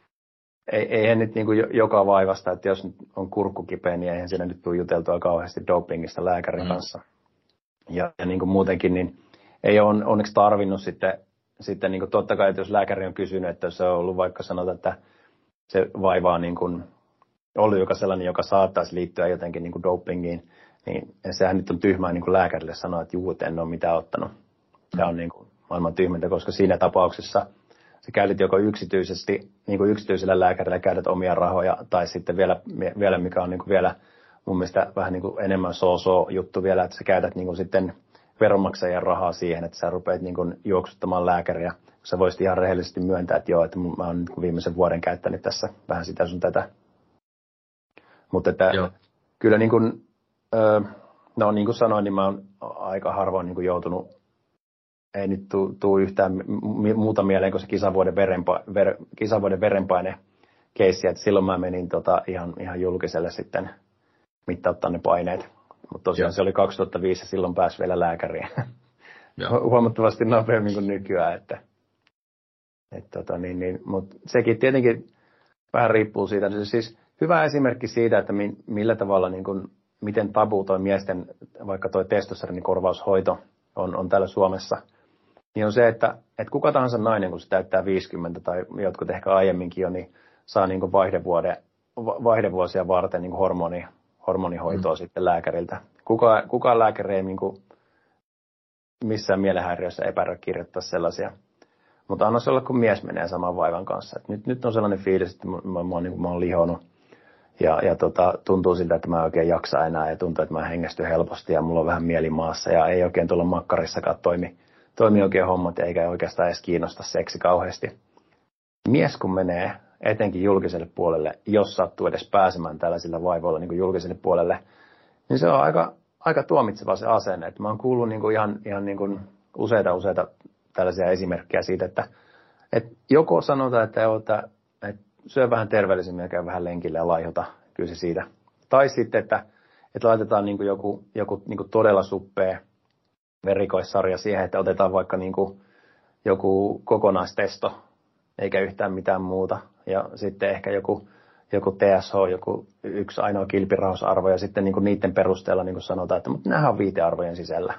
ei, eihän nyt niin kuin joka vaivasta, että jos nyt on kurkku kipeä, niin eihän siinä nyt tule juteltua kauheasti dopingista lääkärin mm. kanssa. Ja, ja niin kuin muutenkin, niin ei ole onneksi tarvinnut sitten, sitten niin kuin totta kai, että jos lääkäri on kysynyt, että se on ollut vaikka sanotaan, että se vaivaa niin kuin ollut joka sellainen, joka saattaisi liittyä jotenkin niin kuin dopingiin, niin sehän nyt on tyhmää niin kuin lääkärille sanoa, että juu, en ole mitään ottanut. Se on niin kuin maailman tyhmintä, koska siinä tapauksessa sä käytät joko yksityisesti, niin kuin yksityisellä lääkärillä käytät omia rahoja, tai sitten vielä, vielä mikä on niin kuin vielä mun mielestä vähän niin kuin enemmän so-so juttu vielä, että sä käytät niin kuin sitten veronmaksajien rahaa siihen, että sä rupeat niin kuin juoksuttamaan lääkäriä. Sä voisit ihan rehellisesti myöntää, että joo, että mä oon viimeisen vuoden käyttänyt tässä vähän sitä sun tätä. Mutta että joo. Kyllä niin kuin, no niin kuin sanoin, niin mä oon aika harvoin niin kuin joutunut, ei nyt tuu, tuu yhtään muuta mieleen kuin se kisavuoden, verenpa, ver, kisavuoden verenpaine keissi, että silloin mä menin tota ihan, ihan julkiselle sitten mittauttaa ne paineet. Mutta tosiaan joo. Se oli kaksituhattaviisi ja silloin pääsi vielä lääkäriin. Huomattavasti nopeammin kuin nykyään. Että, et tota, niin, niin, mutta sekin tietenkin vähän riippuu siitä. Se siis hyvä esimerkki siitä, että mi, millä tavalla, niin kun, miten tabu toi miesten, vaikka toi testosteronikorvaushoito on, on täällä Suomessa, niin on se, että, että kuka tahansa nainen, kun se täyttää viisikymmentä tai jotkut ehkä aiemminkin jo, niin saa niin kuin vaihdevuode, vaihdevuosia varten niin kuin hormoni, hormonihoitoa mm. sitten lääkäriltä. Kuka, kukaan lääkäri ei niin kuin missään mielenhäiriössä epäröi kirjoittaa sellaisia. Mutta anna se olla, kun mies menee saman vaivan kanssa. Et nyt, nyt on sellainen fiilis, että mä, mä, mä, niin mä oon lihonut ja, ja tota, tuntuu siltä, että mä en oikein jaksa enää ja tuntuu, että mä hengästyn helposti ja mulla on vähän mieli maassa ja ei oikein tuolla makkarissakaan toimi, toimi oikein hommat eikä oikeastaan edes kiinnosta seksi kauheasti. Mies kun menee etenkin julkiselle puolelle, jos sattuu edes pääsemään tällaisilla vaivoilla niin kuin julkiselle puolelle, niin se on aika, aika tuomitseva se asenne. Et mä oon kuullut niin kuin ihan, ihan niin kuin useita useita tällaisia esimerkkejä siitä, että, että joko sanotaan, että, että, että syö vähän terveellisemmin ja käy vähän lenkillä ja laihota, kyllä se siitä. Tai sitten, että, että laitetaan niin kuin joku, joku niin kuin todella suppea verikoissarja siihen, että otetaan vaikka niin kuin joku kokonaistesto, eikä yhtään mitään muuta. Ja sitten ehkä joku, joku T S H, joku yksi ainoa kilpirauhasarvo, ja sitten niin kuin niiden perusteella niin kuin sanotaan, että mutta nämähän on viitearvojen sisällä.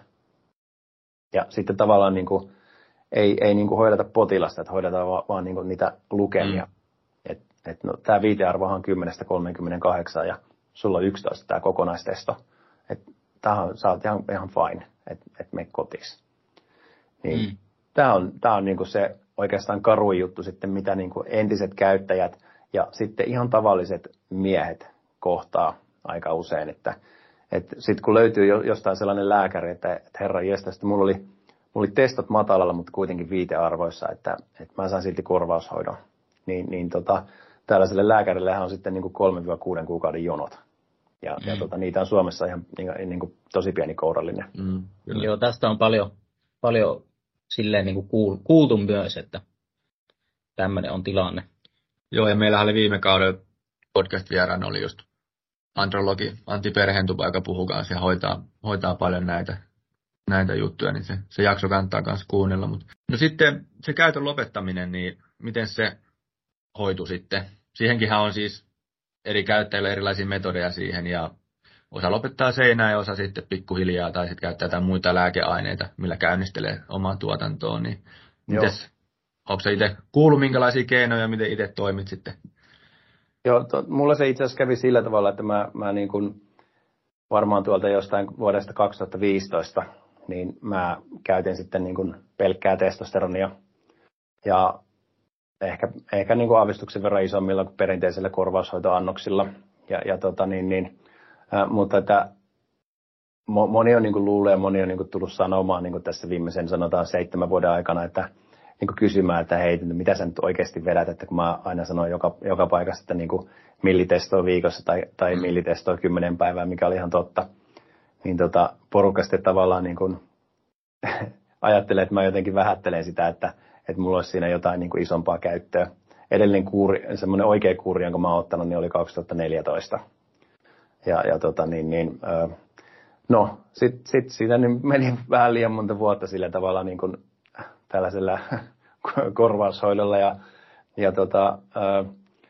Ja sitten tavallaan niin kuin, ei, ei niin kuin hoideta potilasta, että hoidetaan vaan, vaan niin kuin niitä lukemia. Mm. Et, et no, tämä viitearvohan on kymmenestä kolmeenkymmeneenkahdeksaan ja sulla on yksitoista tämä kokonaistesto. Et tämähän, sä oot ihan, ihan fine, että et mene kotis. Niin, mm. tämä on, tää on niinku se oikeastaan karuin juttu sitten, mitä niinku entiset käyttäjät ja sitten ihan tavalliset miehet kohtaa aika usein, että et sitten kun löytyy jostain sellainen lääkäri, että, että herra jestas, että mulla oli, mulla oli testot matalalla, mutta kuitenkin viitearvoissa, että, että mä saan silti korvaushoidon, niin, niin tota, tällaiselle lääkärille on sitten niin kolme kuuden kuukauden jonot. Ja, mm. ja tota, niitä on Suomessa ihan niin, niin kuin tosi pieni kourallinen. Mm, Joo, tästä on paljon, paljon silleen niin kuin kuultu myös, että tämmöinen on tilanne. Joo, ja meillähän oli viime kauden podcast-vieraana oli just andrologi Antti Perhentupa, joka puhuu kanssa ja hoitaa, hoitaa paljon näitä, näitä juttuja, niin se, se jakso kannattaa myös kuunnella. Mutta no sitten se käytön lopettaminen, niin miten se hoitu sitten? Siihenkinhän on siis eri käyttäjillä erilaisia metodeja siihen, ja osa lopettaa seinään ja osa sitten pikkuhiljaa, tai sitten käyttää jotain muita lääkeaineita, millä käynnistelee omaa tuotantoon. Niin mites, onko sä itse kuullut minkälaisia keinoja, miten itse toimit sitten? Joo, to, mulla se itse asiassa kävi sillä tavalla, että mä, mä niin kuin varmaan tuolta jostain vuodesta kaksituhattaviisitoista, niin mä käytin sitten niin kuin pelkkää testosteronia ja ehkä, ehkä niin kuin aavistuksen verran isommilla kuin perinteisillä korvaushoitoannoksilla. Ja, ja tota niin, niin, äh, mutta että moni on niin kuin luullut ja moni on niin kuin tullut sanomaan niin kuin tässä viimeisen sanotaan seitsemän vuoden aikana, että niin kuin kysymään, että hei, mitä sä nyt oikeasti vedät, että kun mä aina sanon joka, joka paikassa, että niin kuin millitestoa viikossa tai, tai mm. millitestoa kymmenen päivää, mikä oli ihan totta, niin tota, porukka sitten tavallaan niin kuin ajattelee, että mä jotenkin vähättelen sitä, että, että mulla olisi siinä jotain niin kuin isompaa käyttöä. Edellinen kuuri, semmoinen oikea kuuri, jonka mä oon ottanut, niin oli kaksituhattaneljätoista. Ja, ja tota niin, niin äh, no, sit, sit siitä niin meni vähän liian monta vuotta sillä tavalla niin kuin tällaisella korvaushoidolla ja, ja tota, ää,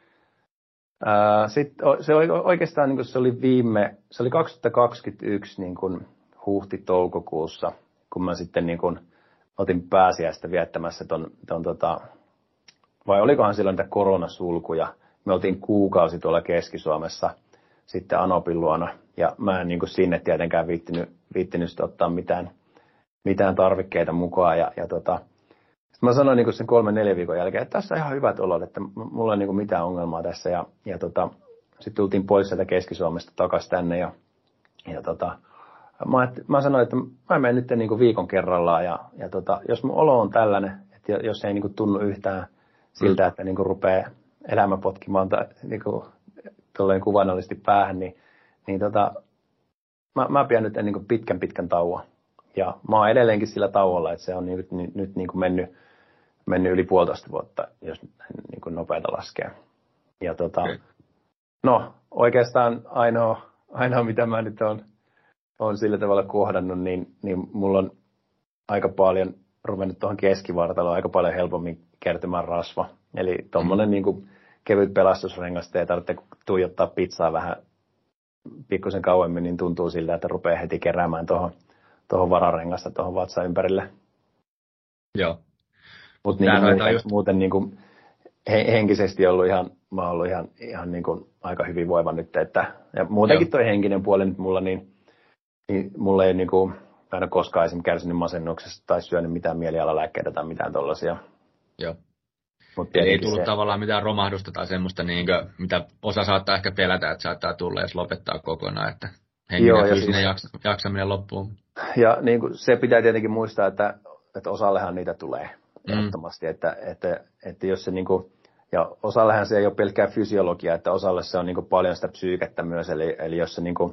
ää, sit se oli oikeastaan niin kuin se oli viime, se oli kaksituhattakaksikymmentäyksi niin kuin huhti-toukokuussa, kun mä sitten niin kuin otin pääsiäistä viettämässä ton, ton tota, vai olikohan silloin niitä koronasulkuja, me oltiin kuukausi tuolla Keski-Suomessa sitten Anopin luona ja mä en niin kuin sinne tietenkään viittinyt, viittinyt ottaa mitään mitään tarvikkeita mukaan. Ja, ja tota, mä sanoin niin sen kolmen neljän viikon jälkeen, että tässä on ihan hyvät olot, että mulla ei niin mitään ongelmaa tässä. Ja, ja tota, sitten tultiin pois sieltä Keski-Suomesta takaisin tänne. Ja, ja tota, mä, mä sanoin, että mä menen nyt niin viikon kerrallaan. Ja, ja tota, jos mun olo on tällainen, että jos ei niin tunnu yhtään siltä, että niin rupeaa elämä potkimaan tai niin tolleen kuvainnollisesti päähän, niin, niin tota, mä, mä pidän nyt niin pitkän pitkän tauon. Ja mä oon edelleenkin sillä tauolla, että se on nyt, nyt, nyt niin kuin mennyt, mennyt yli puolitoista vuotta, jos niin kuin nopeata laskee. Ja tota, okay. No oikeastaan ainoa, ainoa, mitä mä nyt on, on sillä tavalla kohdannut, niin, niin mulla on aika paljon ruvennut tuohon keskivartaloon aika paljon helpommin kertymään rasva. Eli tommonen mm. niin kuin kevyt pelastusrengas, ei tarvitse tuijottaa pizzaa vähän pikkusen kauemmin, niin tuntuu siltä, että rupeaa heti keräämään tuohon tuohon vararengasta tuohon vatsan ympärille. Joo. Mutta niin muuten, just... muuten niin kuin henkisesti ollut ihan, mä oon ollut ihan, ihan niin kuin aika hyvinvoiva nyt, että ja muutenkin Joo. toi henkinen puoli nyt mulla, niin, niin mulla ei niin kuin, mä en ole koskaan esimerkiksi kärsinyt masennuksesta tai syönyt mitään mielialalääkkeitä tai mitään tollaisia. Joo. Mut ei tullut se... tavallaan mitään romahdusta tai semmoista, niin kuin, mitä osa saattaa ehkä pelätä, että saattaa tulla, jos lopettaa kokonaan, että henkinen ja fyysinen siis... jaksaminen loppuun. Ja niin kuin se pitää tietenkin muistaa, että, että osallehan niitä tulee ehdottomasti, mm. että, että, että jos se niin kuin, ja osallehan se ei ole pelkkää fysiologia, että osalle se on niin kuin paljon sitä psyykettä myös, eli, eli jos se niin kuin,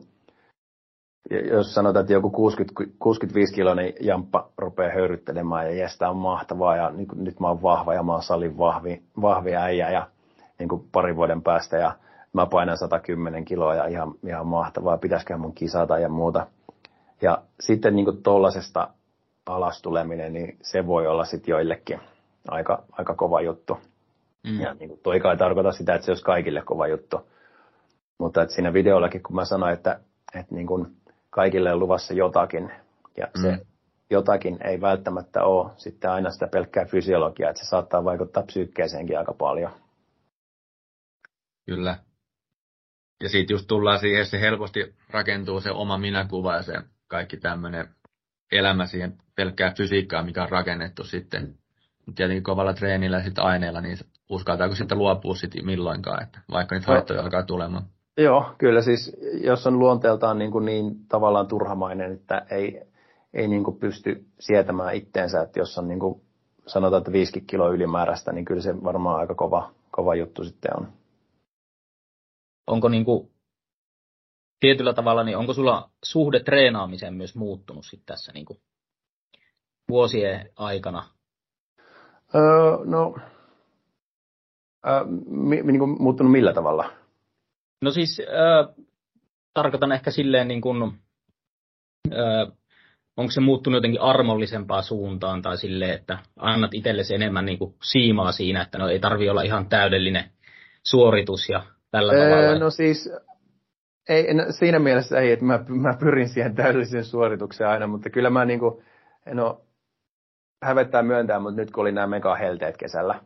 jos sanotaan, että joku kuusikymmentä, kuusikymmentäviisi kiloinen jamppa rupeaa höyryttelemään ja jes, tää on mahtavaa ja niin kuin, nyt mä oon vahva ja mä oon salin vahvi, vahvi äijä ja niin kuin parin vuoden päästä ja mä painan sata kymmenen kiloa ja ihan, ihan mahtavaa, pitäisikö mun kisata ja muuta. Ja sitten niin kuin tollasesta alas tuleminen, niin se voi olla sitten joillekin aika, aika kova juttu. Mm. Ja niin kuin toikaan ei tarkoita sitä, että se olisi kaikille kova juttu. Mutta että siinä videollakin, kun mä sanoin, että, että niin kuin kaikille on luvassa jotakin, ja mm. se jotakin ei välttämättä ole sitten aina sitä pelkkää fysiologiaa, että se saattaa vaikuttaa psyykkeeseenkin aika paljon. Kyllä. Ja siitä just tullaan siihen, että se helposti rakentuu se oma minäkuva ja se kaikki tämmöinen elämä siihen pelkkää fysiikkaa, mikä on rakennettu sitten. Tietenkin kovalla treenillä ja sitten aineella, niin uskaltaako sitten luopua sitten milloinkaan, että vaikka niitä haittoja alkaa tulemaan. Joo, kyllä siis, jos on luonteeltaan niin, kuin niin tavallaan turhamainen, että ei, ei niin kuin pysty sietämään itteensä, että jos on niin kuin sanotaan, että viisi kiloa ylimääräistä, niin kyllä se varmaan aika kova, kova juttu sitten on. Onko niin kuin, tietyllä tavalla, niin onko sulla suhde treenaamiseen myös muuttunut sitten tässä niin kuin vuosien aikana? Öö, no, öö, mi, niin kuin muuttunut millä tavalla? No siis öö, tarkoitan ehkä silleen, niin kuin, öö, onko se muuttunut jotenkin armollisempaan suuntaan tai silleen, että annat itsellesi enemmän niin kuin siimaa siinä, että no ei tarvitse olla ihan täydellinen suoritus ja tällä öö, tavalla? No siis ei, no siinä mielessä ei, että mä, mä pyrin siihen täydelliseen suoritukseen aina, mutta kyllä mä niin kuin, no hävettää myöntää, mutta nyt kun oli nämä megahelteet kesällä,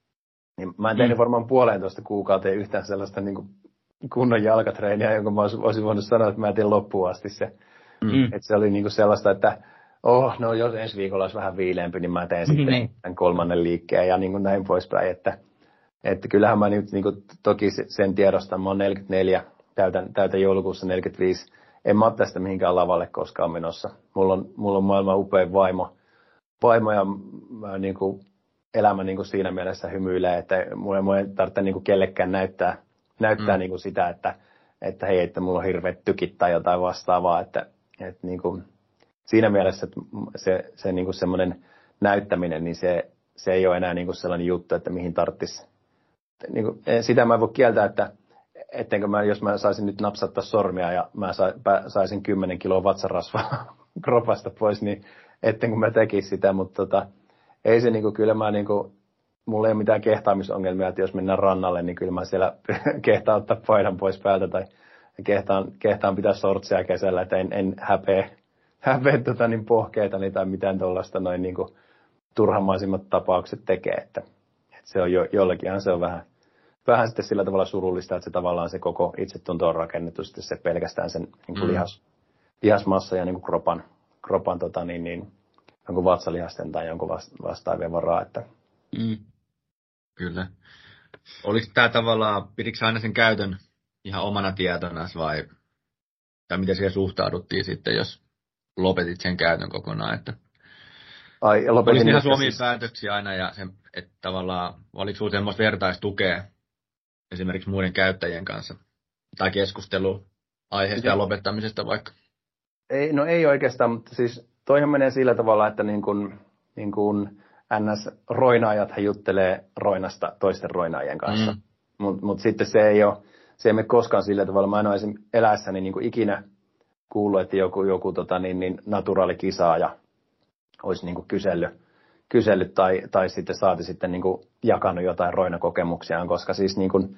niin mä en tehnyt mm. varmaan puolentoista kuukauteen yhtään sellaista niin kuin kunnon jalkatreeniä, jonka mä olisin voinut sanoa, että mä teen loppuun asti se. Mm. Että se oli niin kuin sellaista, että oh, no jos ensi viikolla olisi vähän viileämpi, niin mä teen sitten mm. tämän kolmannen liikkeen ja niin kuin näin poispäin. Että, että kyllähän mä nyt niin kuin, toki sen tiedostan, mä oon neljäkymmentäneljä, täytän, täytän joulukuussa neljäkymmentäviisi. En mä ole tästä mihinkään lavalle koskaan menossa. Mulla on, mulla on maailman upein vaimo. Vaimo ja mä, niin kuin, elämä niin kuin siinä mielessä hymyilee, että mulla ei tarvitse niin kuin kellekään näyttää, näyttää mm. niin kuin sitä, että, että hei, että mulla on hirveät tykit tai jotain vastaavaa. Että, että niin kuin, siinä mielessä että se, se niin kuin semmoinen näyttäminen, niin se, se ei ole enää niin kuin sellainen juttu, että mihin tarvitsisi. Niin kuin, sitä mä en voi kieltää, että ettenkö mä, jos mä saisin nyt napsattaa sormia ja mä saisin kymmenen kiloa vatsarasvaa kropasta pois, niin ettenkö mä tekisin sitä, mutta tota, ei se niinku, kyllä mä niinku, mulla ei ole mitään kehtaamisongelmia, että jos mennään rannalle, niin kyllä mä siellä kehtaan ottaa paidan pois päältä tai kehtaan, kehtaan pitää sortseja kesällä, että en, en häpeä, häpeä tota niin pohkeitani tai mitään tuollaista noin niinku turhamaisimmat tapaukset tekee, että, että se on jo, jollekinhan se on vähän Vähän sitten sillä tavalla surullista, että se tavallaan se koko itsetunto on rakennettu sitten se pelkästään sen niin kuin mm. lihas, lihasmassa ja niin kuin kropan, kropan tota, niin, niin, jonkun vatsalihasten tai jonkun vastaavien varaa. Että. Mm. Kyllä. Oliko tämä tavallaan, pidikö aina sen käytön ihan omana tietona vai tai miten siihen suhtauduttiin sitten, jos lopetit sen käytön kokonaan? Että Ai, oliko ihan suomia siis päätöksiä aina ja sen, että tavallaan, oliko sinulla semmoista vertaistukea esimerkiksi muiden käyttäjien kanssa, tai keskustelu aiheesta ja lopettamisesta vaikka? Ei, no ei oikeastaan, mutta siis toihan menee sillä tavalla, että niin kuin, niin kuin N S-roinaajat juttelee roinasta toisten roinaajien kanssa. Mm. Mutta mut sitten se ei ole, se ei mene koskaan sillä tavalla. Mä en ole esimerkiksi eläessäni niin kuin ikinä kuullut, että joku, joku tota, niin, niin naturaalikisaaja olisi niin kuin kysellyt, kysellyt tai, tai sitten saati sitten niin kuin jakanut jotain roinakokemuksiaan, koska siis niin kuin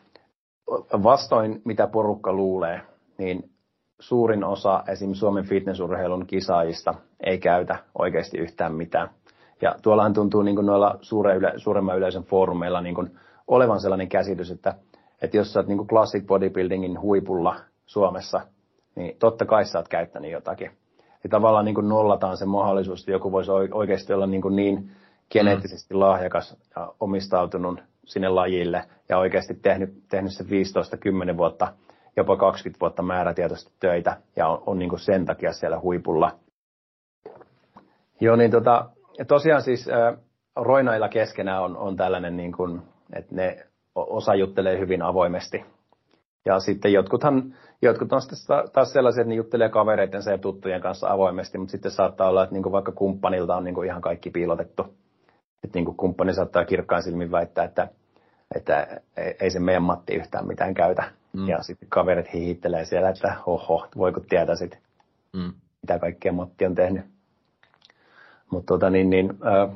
vastoin mitä porukka luulee, niin suurin osa esimerkiksi Suomen fitnessurheilun kisaajista ei käytä oikeasti yhtään mitään. Ja tuollahan tuntuu niin kuin noilla suure yle, suuremman yleisön foorumeilla niin kuin olevan sellainen käsitys, että, että jos sä oot niin kuin classic bodybuildingin huipulla Suomessa, niin totta kai sä oot käyttänyt jotakin. Ja tavallaan niin kuin nollataan se mahdollisuus, että joku voisi oikeasti olla niin, kuin niin geneettisesti lahjakas ja omistautunut sinne lajille ja oikeasti tehnyt, tehnyt se viisitoista kymmenen vuotta, jopa kaksikymmentä vuotta määrätietoisesti töitä ja on, on niin kuin sen takia siellä huipulla. Joo, niin tota, ja tosiaan siis äh, roinailla keskenään on, on tällainen, niin kuin, että ne osa juttelee hyvin avoimesti. Ja sitten jotkuthan, jotkut on taas sellaisia, että ne juttelee kavereidensa ja tuttujen kanssa avoimesti, mutta sitten saattaa olla, että niinku vaikka kumppanilta on niinku ihan kaikki piilotettu. Että niinku kumppani saattaa kirkkain silmin väittää, että, että ei se meidän Matti yhtään mitään käytä. Mm. Ja sitten kaverit hihittelee siellä, että oho, voiko tietää sitten, mm. mitä kaikkea Matti on tehnyt. Mutta tota niin, niin äh,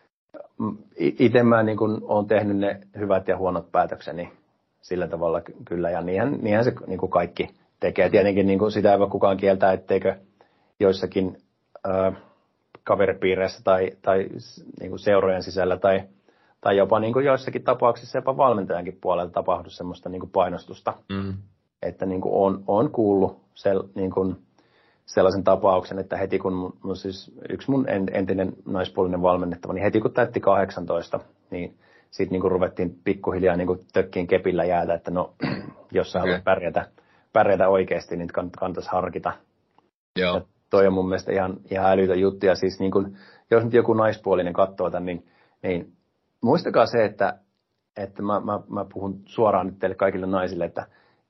itse mä niin kun olen tehnyt ne hyvät ja huonot päätökseni sillä tavalla kyllä, ja niinhän, niinhän se niin kuin kaikki tekee. Tietenkin niin kuin sitä ei voi kukaan kieltää, etteikö joissakin äh, kaveripiireissä tai, tai niin kuin seurojen sisällä tai, tai jopa niin kuin joissakin tapauksissa jopa valmentajankin puolella tapahdu semmoista niin kuin painostusta. Mm. että niin kuin on, on kuullut sel, niin kuin sellaisen tapauksen, että heti kun mun, siis yksi mun entinen naispuolinen valmennettava, niin heti kun täytti kahdeksantoista, niin sitten niin kuin ruvettiin pikkuhiljaa niin kuin tökkiin kepillä jäätä, että no, jos sä okay. haluat pärjätä, pärjätä oikeasti, niin kannattaisi harkita. Joo. Ja toi on mun mielestä ihan, ihan älytön juttu. Ja siis niin kun, jos nyt joku naispuolinen katsoo tämän, niin, niin muistakaa se, että, että mä, mä, mä puhun suoraan nyt teille kaikille naisille, että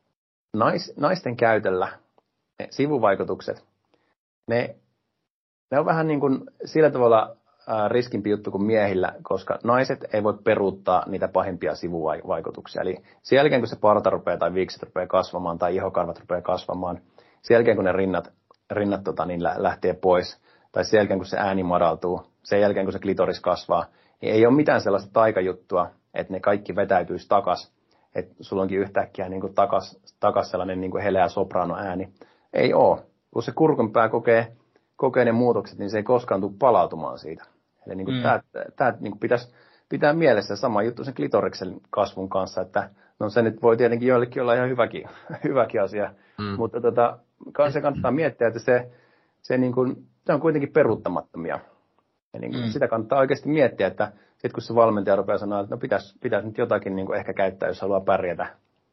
nais, naisten käytöllä ne sivuvaikutukset, ne, ne on vähän niin kuin sillä tavalla ää, riskimpi juttu kuin miehillä, koska naiset ei voi peruuttaa niitä pahimpia sivuvaikutuksia. Eli sen jälkeen, kun se parta rupeaa tai viikset rupeaa kasvamaan tai ihokarvat rupeaa kasvamaan, sen jälkeen, kun ne rinnat rinnat tota, niin lähtee pois, tai sen jälkeen, kun se ääni madaltuu, sen jälkeen, kun se klitoris kasvaa, niin ei ole mitään sellaista taikajuttua, että ne kaikki vetäytyisi takas, että sulla onkin yhtäkkiä niin kuin takas, takas sellainen niin kuin heleä soprano ääni. Ei ole. Kun se kurkunpää kokee, kokee ne muutokset, niin se ei koskaan tule palautumaan siitä. Eli niin kuin mm. tämä, tämä niin kuin pitäisi pitää mielessä sama juttu sen klitoriksen kasvun kanssa, että no se nyt voi tietenkin joillekin olla ihan hyväkin, hyväkin asia, mm. mutta tota, se kannattaa miettiä, että se, se, niin kuin, se on kuitenkin peruuttamattomia. Ja niin kuin, mm. sitä kannattaa oikeasti miettiä, että sit kun se valmentaja rupeaa sanoa, että no pitäisi, pitäisi nyt jotakin niin kuin ehkä käyttää, jos haluaa pärjätä.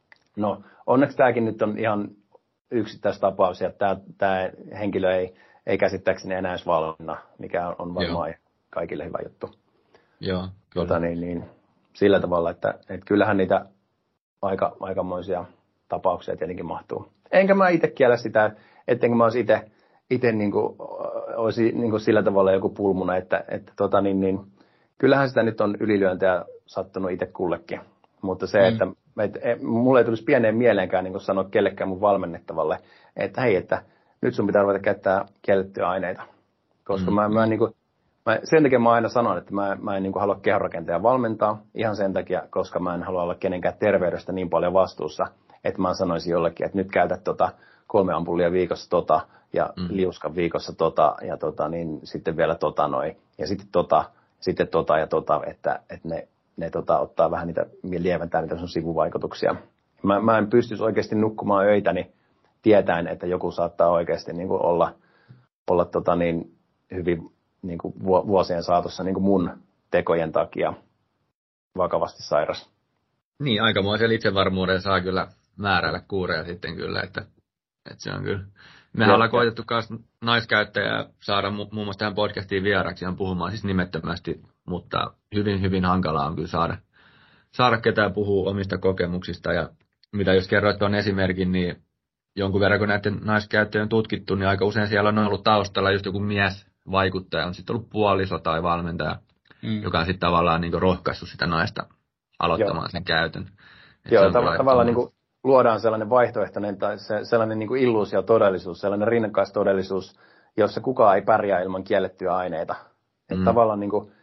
No onneksi tämäkin nyt on ihan yksittäistapaus, ja tämä, tämä henkilö ei, ei käsittääkseni enää edes valmenna, mikä on varmaan Joo. kaikille hyvä juttu. Joo, kyllä. Tota, niin, niin, sillä tavalla, että, että kyllähän niitä aika, aikamoisia tapauksia tietenkin mahtuu. Enkä mä itse kiellä sitä, ettenkö mä olisi itse, itse niin kuin, olisi niin kuin sillä tavalla joku pulmuna, että, että tota, niin, niin, kyllähän sitä nyt on ylilyöntejä sattunut itse kullekin. Mutta se, mm. että et, et, mulle ei tulisi pieneen mieleenkään niin kuin sanoa kellekään mun valmennettavalle, että hei, että nyt sun pitää ruveta käyttää kiellettyjä aineita. Koska mm. mä, mä, niin kuin, mä, sen takia mä aina sanon, että mä, mä en niin kuin halua kehonrakentaja valmentaa, ihan sen takia, koska mä en halua olla kenenkään terveydestä niin paljon vastuussa, että mä sanoisin jollekin, että nyt käytä tota kolme ampullia viikossa tota, ja mm. liuskan viikossa tota, ja tota, niin sitten vielä tota noin, ja sitten tota, sitten tota ja tota, että, että ne, ne tota, ottaa vähän niitä, lieventää niitä sun sivuvaikutuksia. Mä, mä en pystyisi oikeasti nukkumaan öitäni tietäen, että joku saattaa oikeasti niin kuin olla, olla tota, niin, hyvin niin kuin vuosien saatossa niin kuin mun tekojen takia vakavasti sairas. Niin, aikamoisen itsevarmuuden saa kyllä määräillä kuureja sitten kyllä, että, että se on kyllä. Mehän ollaan koetettu myös naiskäyttäjää saada mu- muun muassa tähän podcastiin vieraksi ihan puhumaan siis nimettömästi, mutta hyvin, hyvin hankalaa on kyllä saada, saada ketään puhua omista kokemuksista. Ja mitä jos kerroit tuon esimerkin, niin jonkun verran kun näiden naiskäyttäjien on tutkittu, niin aika usein siellä on ollut taustalla just joku mies vaikuttaja, on sitten ollut puoliso tai valmentaja, mm. joka on sitten tavallaan niin kuin rohkaissut sitä naista aloittamaan Joo. sen käytön. Et Joo, tav- tavallaan niin kuin luodaan sellainen vaihtoehtoinen tai se, sellainen niin kuin illuusiotodellisuus, sellainen rinnakkaistodellisuus, jossa kukaan ei pärjää ilman kiellettyjä aineita. Mm. Että tavallaan niin kuin,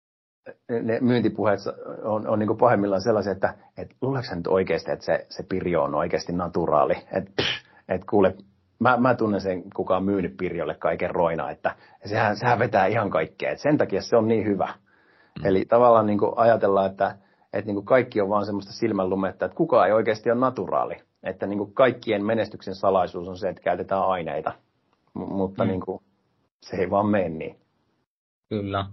ne myyntipuheet on, on niin kuin pahimmillaan sellaisia, että et, luuleeko sä nyt oikeasti, että se, se pirjo on oikeasti naturaali? Että et kuule, mä, mä tunnen sen, kuka on myynyt pirjolle kaiken roina, että sehän, sehän vetää ihan kaikkea. Et sen takia se on niin hyvä. Mm. Eli tavallaan niin kuin ajatellaan, että että niin kuin kaikki on vaan semmoista silmänlumetta, että kukaan ei oikeasti ole naturaali. Että niin kuin kaikkien menestyksen salaisuus on se, että käytetään aineita. M- mutta mm. niin kuin, se ei vaan mene niin. Kyllä.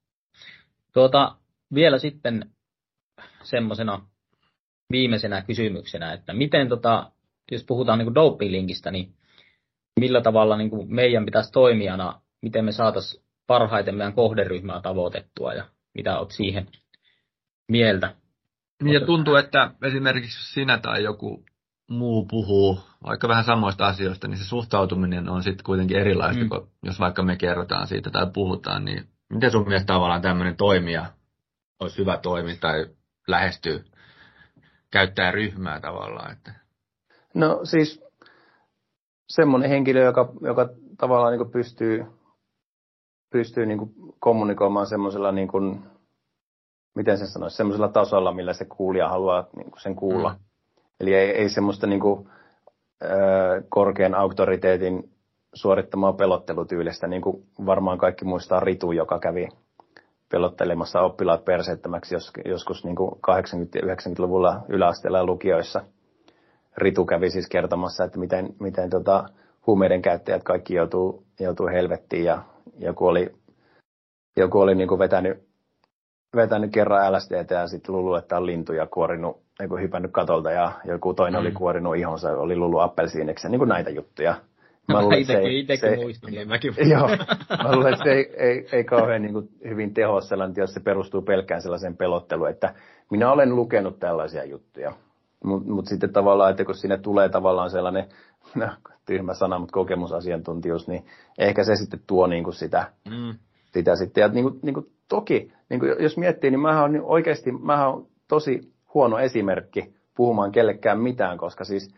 Tuota, vielä sitten semmoisena viimeisenä kysymyksenä, että miten, tota, jos puhutaan niin kuin doping-linkistä, niin millä tavalla niin kuin meidän pitäisi toimijana, miten me saataisiin parhaiten meidän kohderyhmää tavoitettua ja mitä olet siihen mieltä? Niin ja tuntuu, että esimerkiksi sinä tai joku muu puhuu vaikka vähän samoista asioista, niin se suhtautuminen on sitten kuitenkin erilaista, mm. kuin jos vaikka me kerrotaan siitä tai puhutaan, niin miten sun mielestä tavallaan tämmöinen toimija olisi hyvä toimia tai lähestyä, käyttää ryhmää tavallaan? Että... No siis semmoinen henkilö, joka, joka tavallaan niin kuin pystyy, pystyy niin kuin kommunikoimaan semmoisella niin kuin miten se sanoisi, semmoisella tasolla, millä se kuulija haluaa niin kuin sen kuulla. Mm. Eli ei, ei semmoista niin kuin, ö, korkean auktoriteetin suorittamaa pelottelutyylistä, niin kuin varmaan kaikki muistaa Ritu, joka kävi pelottelemassa oppilaat perseettömäksi jos, joskus niin kuin kahdeksankymmentä- ja yhdeksänkymmentäluvulla yläasteella ja lukioissa. Ritu kävi siis kertomassa, että miten, miten tota, huumeiden käyttäjät kaikki joutuu, joutuu helvettiin ja joku oli, joku oli niin kuin vetänyt, vetänyt kerran L S D:tä ja sitten luullut, että on lintu ja kuorinut, niin hypännyt katolta ja joku toinen mm. oli kuorinut ihonsa, oli luullut appelsiineksi ja niin kuin näitä juttuja. Mä luulen, itsekin, itsekin muistan, niin mäkin joo, mä luulen, että se ei, ei, ei kauhean niin kuin hyvin tehoa sellainen, jos se perustuu pelkkään sellaiseen pelotteluun, että minä olen lukenut tällaisia juttuja. Mutta mut sitten tavallaan, että kun sinne tulee tavallaan sellainen, no, tyhmä sana, mutta kokemusasiantuntijuus, niin ehkä se sitten tuo niin kuin sitä, mm. sitä sitten. Ja niin kuin, niin kuin toki, niin kuin jos miettii, niin mähän on oikeasti mähän on tosi huono esimerkki puhumaan kellekään mitään, koska siis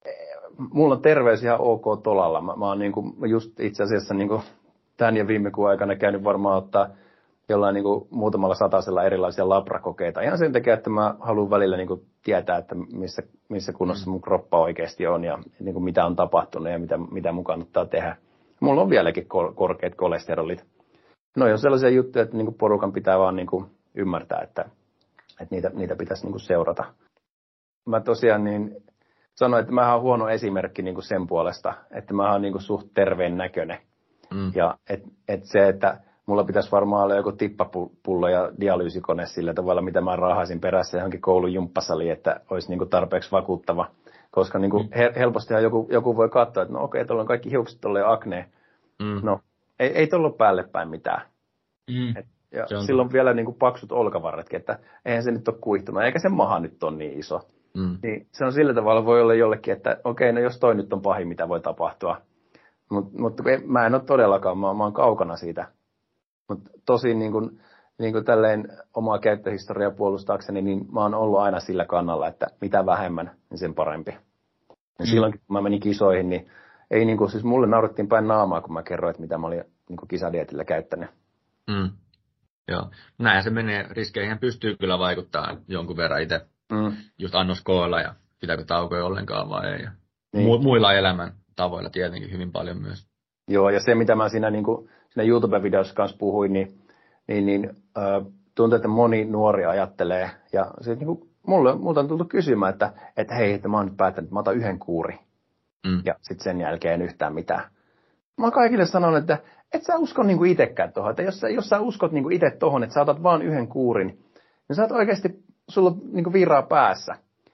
mulla on terveys ihan ok tolalla. Mä, mä oon niin kuin just itse asiassa niin kuin tämän ja viime kuun aikana käynyt varmaan ottaa jollain niin kuin muutamalla satasella erilaisia labrakokeita. Ihan sen takia, että mä haluan välillä niin kuin tietää, että missä, missä kunnossa mun kroppa oikeasti on ja niin kuin mitä on tapahtunut ja mitä, mitä mun kannattaa tehdä. Mulla on vieläkin kor- korkeat kolesterolit. No on sellaisia juttuja, että niin kuin porukan pitää vaan niin kuin ymmärtää, että, että niitä, niitä pitäisi niin kuin seurata. Mä tosiaan niin sanoin, että mä oon huono esimerkki niin kuin sen puolesta, että mä oon niin kuin suht terveen näköinen. Mm. Ja et, et se, että mulla pitäisi varmaan olla joku tippapullo ja dialyysikone sillä tavalla, mitä mä raahaisin perässä johonkin koulun jumppasaliin, että olisi niin kuin tarpeeksi vakuuttava. Koska niin kuin mm. helpostihan joku, joku voi katsoa, että no okei, tuolla on kaikki hiukset, tuolla on akne. Mm. No, ei, ei tuolla ole päälle päin mitään. Mm. Et, ja silloin on vielä niin kuin paksut olkavarretkin, että eihän se nyt ole kuihtunut, eikä se maha nyt ole niin iso. Mm. Niin se on sillä tavalla voi olla jollekin, että okei, no jos toi nyt on pahin, mitä voi tapahtua. Mutta mut, mä en ole todellakaan, mä, mä oon kaukana siitä. Mutta tosin niin kuin, niin kuin tälleen omaa käyttöhistoriaa puolustaakseni, niin mä oon ollut aina sillä kannalla, että mitä vähemmän, niin sen parempi. Ja mm. silloin kun mä menin kisoihin, niin ei niin kuin, siis mulle naurettiin päin naamaa, kun mä kerroin, että mitä mä olin niin kuin kisadietillä käyttänyt. Mm. Joo, näin se menee. Riskeihin pystyy kyllä vaikuttaa jonkun verran itse. Mm. Just annoskoilla ja pitääkö taukoja ollenkaan vai ei. Niin. Mu- muilla elämän tavoilla tietenkin hyvin paljon myös. Joo, ja se mitä mä siinä, niin kuin, siinä YouTube-videossa kanssa puhuin, niin, niin, niin äh, tuntuu, että moni nuori ajattelee. Ja se, niin kuin, mulle, multa on tultu kysymään, että, että hei, että mä oon nyt päättänyt, että mä otan yhden kuuri. Mm. Ja sitten sen jälkeen yhtään mitään. Mä oon kaikille sanonut, että et sä usko niin kuin itsekään tohon. Että jos sä, jos sä uskot niin kuin itse tohon, että sä otat vaan yhden kuurin, niin sä oot oikeasti, sulla on niin kuin viraa päässä.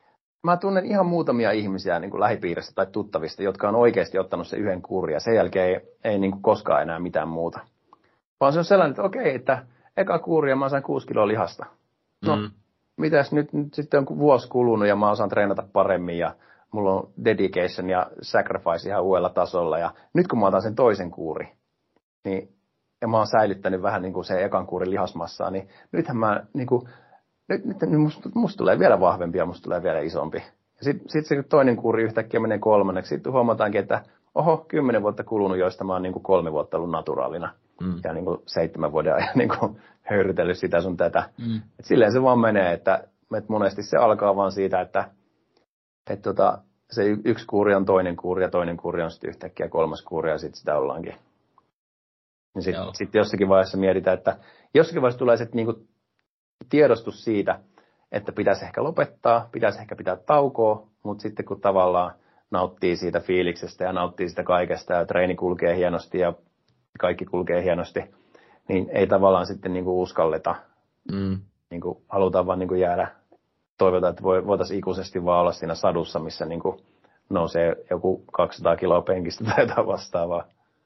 Mä tunnen ihan muutamia ihmisiä niin kuin lähipiirissä tai tuttavista, jotka on oikeasti ottanut se yhden kuurin ja sen jälkeen ei, ei niin kuin koskaan enää mitään muuta. Vaan se on sellainen, että okei, että eka kuuri ja mä sain kuusi kiloa lihasta. No, mm. mitäs nyt, nyt sitten on vuosi kulunut ja mä osaan treenata paremmin ja mulla on dedication ja sacrifice ihan uudella tasolla. Ja nyt kun mä otan sen toisen kuuri, niin, ja mä oon säilyttänyt vähän niin kuin se ekan kuurin lihasmassaa, niin nythän mä niin kuin, nyt, nyt musta, musta tulee vielä vahvempi ja musta tulee vielä isompi. Ja sitten sit se toinen kuuri yhtäkkiä menee kolmanneksi. Sitten huomataankin, että oho, kymmenen vuotta kulunut, joista mä oon niin kuin kolme vuotta ollut naturaalina. Mm. Ja niin kuin seitsemän vuoden ajan niin kuin höyrytellyt sitä sun tätä. Mm. Et silleen se vaan menee, että, että monesti se alkaa vaan siitä, että, että tota, se yksi kuuri on toinen kuuri ja toinen kuuri on sitten yhtäkkiä kolmas kuuri ja sitten sitä ollaankin. Ja sitten sit jossakin vaiheessa mietitään, että jossakin vaiheessa tulee se niin kuin tiedostus siitä, että pitäisi ehkä lopettaa, pitäisi ehkä pitää taukoa, mutta sitten kun tavallaan nauttii siitä fiiliksestä ja nauttii sitä kaikesta ja treeni kulkee hienosti ja kaikki kulkee hienosti, niin ei tavallaan sitten niin kuin uskalleta. Mm. Niin kuin halutaan vaan niin kuin jäädä, toivotaan, että voitaisiin ikuisesti vaan olla siinä sadussa, missä niin kuin nousee joku kaksisataa kiloa penkistä tai jotain vastaavaa.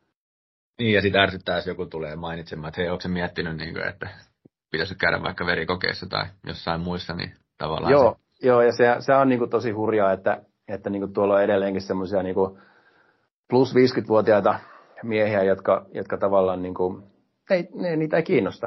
Niin, ja sitten ärsyttää, jos joku tulee mainitsemaan, että hei, onko se miettinyt, niin kuin, että pitäisi käydä vaikka verikokeissa tai jossain muissa, niin tavallaan joo, se... Joo, ja se, se on niin kuin tosi hurjaa, että, että niin kuin tuolla on edelleenkin semmoisia niin kuin plus viisikymmentävuotiaita miehiä, jotka, jotka tavallaan niin kuin, ei, ne, niitä ei kiinnosta.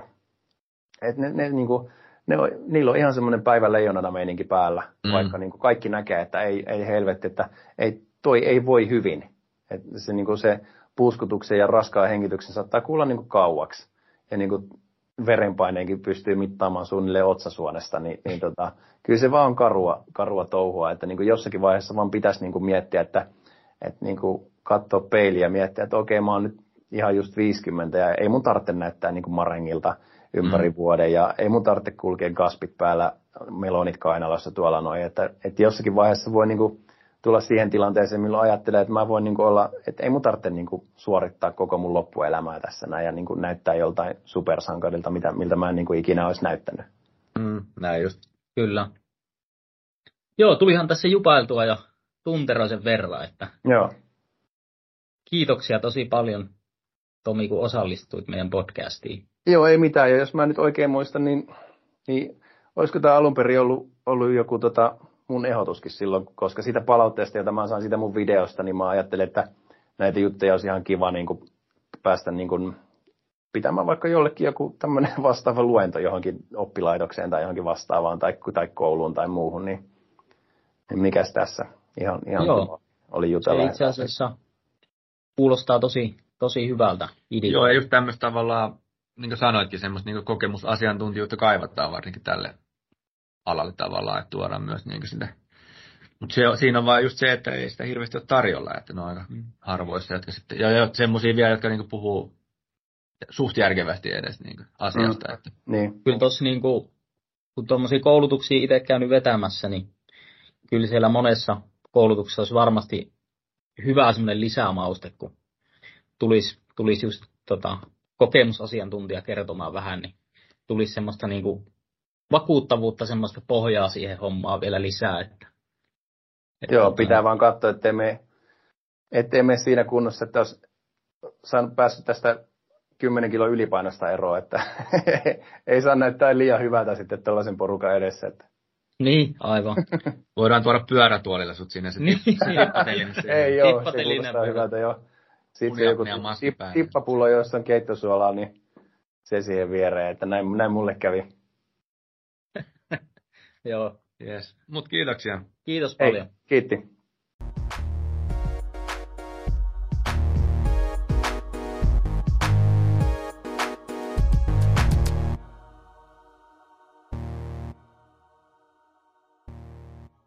Et ne, ne, niin kuin, ne on, niillä on ihan semmoinen päivän leijonana meininki päällä, mm. vaikka niin kuin kaikki näkee, että ei, ei helvetti, että ei, toi ei voi hyvin. Et se, niin kuin se puuskutuksen ja raskaan hengityksen saattaa kuulla niin kuin kauaksi. Ja niin kuin verenpaineenkin pystyy mittaamaan suunnilleen otsasuonesta, niin, niin tota, kyllä se vaan on karua, karua touhua, että niin kuin jossakin vaiheessa vaan pitäisi niin kuin miettiä, että, että niin kuin katsoa peiliä ja miettiä, että okei, mä oon nyt ihan just viisikymmentä ja ei mun tarvitse näyttää niin kuin marengilta ympäri mm. vuoden ja ei mun tarvitse kulkea kaspit päällä, melonit kainalossa tuolla noin, että, että jossakin vaiheessa voi niin kuin tulla siihen tilanteeseen, milloin ajattelee, että mä voin niin kuin olla, että ei mun tarvitse niin kuin suorittaa koko mun loppuelämää tässä näin ja niin kuin näyttää joltain supersankarilta, mitä, miltä mä en niin kuin ikinä olisi näyttänyt. Mm, näin just. Kyllä. Joo, tulihan tässä jupailtua jo tunteroisen verran, että Joo. Kiitoksia tosi paljon, Tomi, kun osallistuit meidän podcastiin. Joo, ei mitään. Ja jos mä nyt oikein muistan, niin, niin olisiko tämä alun perin ollut, ollut joku tota mun ehdotuskin silloin, koska siitä palautteesta, jota mä saan siitä mun videosta, niin mä ajattelin, että näitä juttuja olisi ihan kiva niin kuin päästä niin kuin pitämään vaikka jollekin joku tämmöinen vastaava luento johonkin oppilaitokseen tai johonkin vastaavaan tai, tai kouluun tai muuhun, niin, niin mikäs tässä ihan, ihan Joo. oli jutella. Se itse asiassa kuulostaa tosi, tosi hyvältä idealta. Joo, ja just tämmöistä tavallaan, niin kuin sanoitkin, semmoista niin kokemusasiantuntijuutta kaivattaa varsinkin tälle alalle tavallaan, että tuodaan myös niin sitä. Mutta siinä on vaan just se, että ei sitä hirveästi ole tarjolla, että ne on aika mm. harvoissa, jotka sitten, ja, ja semmoisia vielä, jotka niin puhuu suht järkevästi edes niin asiasta. Mm. Että. Niin. Kyllä tuossa, niin kuin, kun tuommoisia koulutuksia itse käynyt vetämässä, niin kyllä siellä monessa koulutuksessa olisi varmasti hyvä semmoinen lisämauste, kun tulisi, tulisi just tota, kokemusasiantuntija kertomaan vähän, niin tulisi semmoista niin kuin vakuuttavuutta, semmoista pohjaa siihen hommaan vielä lisää. Että, että Joo, tota, pitää vaan katsoa, ettei me, ettei me siinä kunnossa, että olisi saanut päässyt tästä kymmenen kilo ylipainosta eroa, että ei saa näyttää liian hyvältä sitten tällaisen porukan edessä. Että. Niin, aivan. Voidaan tuoda pyörätuolille sut sinne, se tippatelin. Ei joo, se kuulostaa hyvältä jo. Sitten joku tip, tippapullo, jossa on keittosuolaa, niin se siihen viereen, että näin, näin mulle kävi. Joo. Yes. Mut kiitoksia. Kiitos paljon. Hei, kiitti.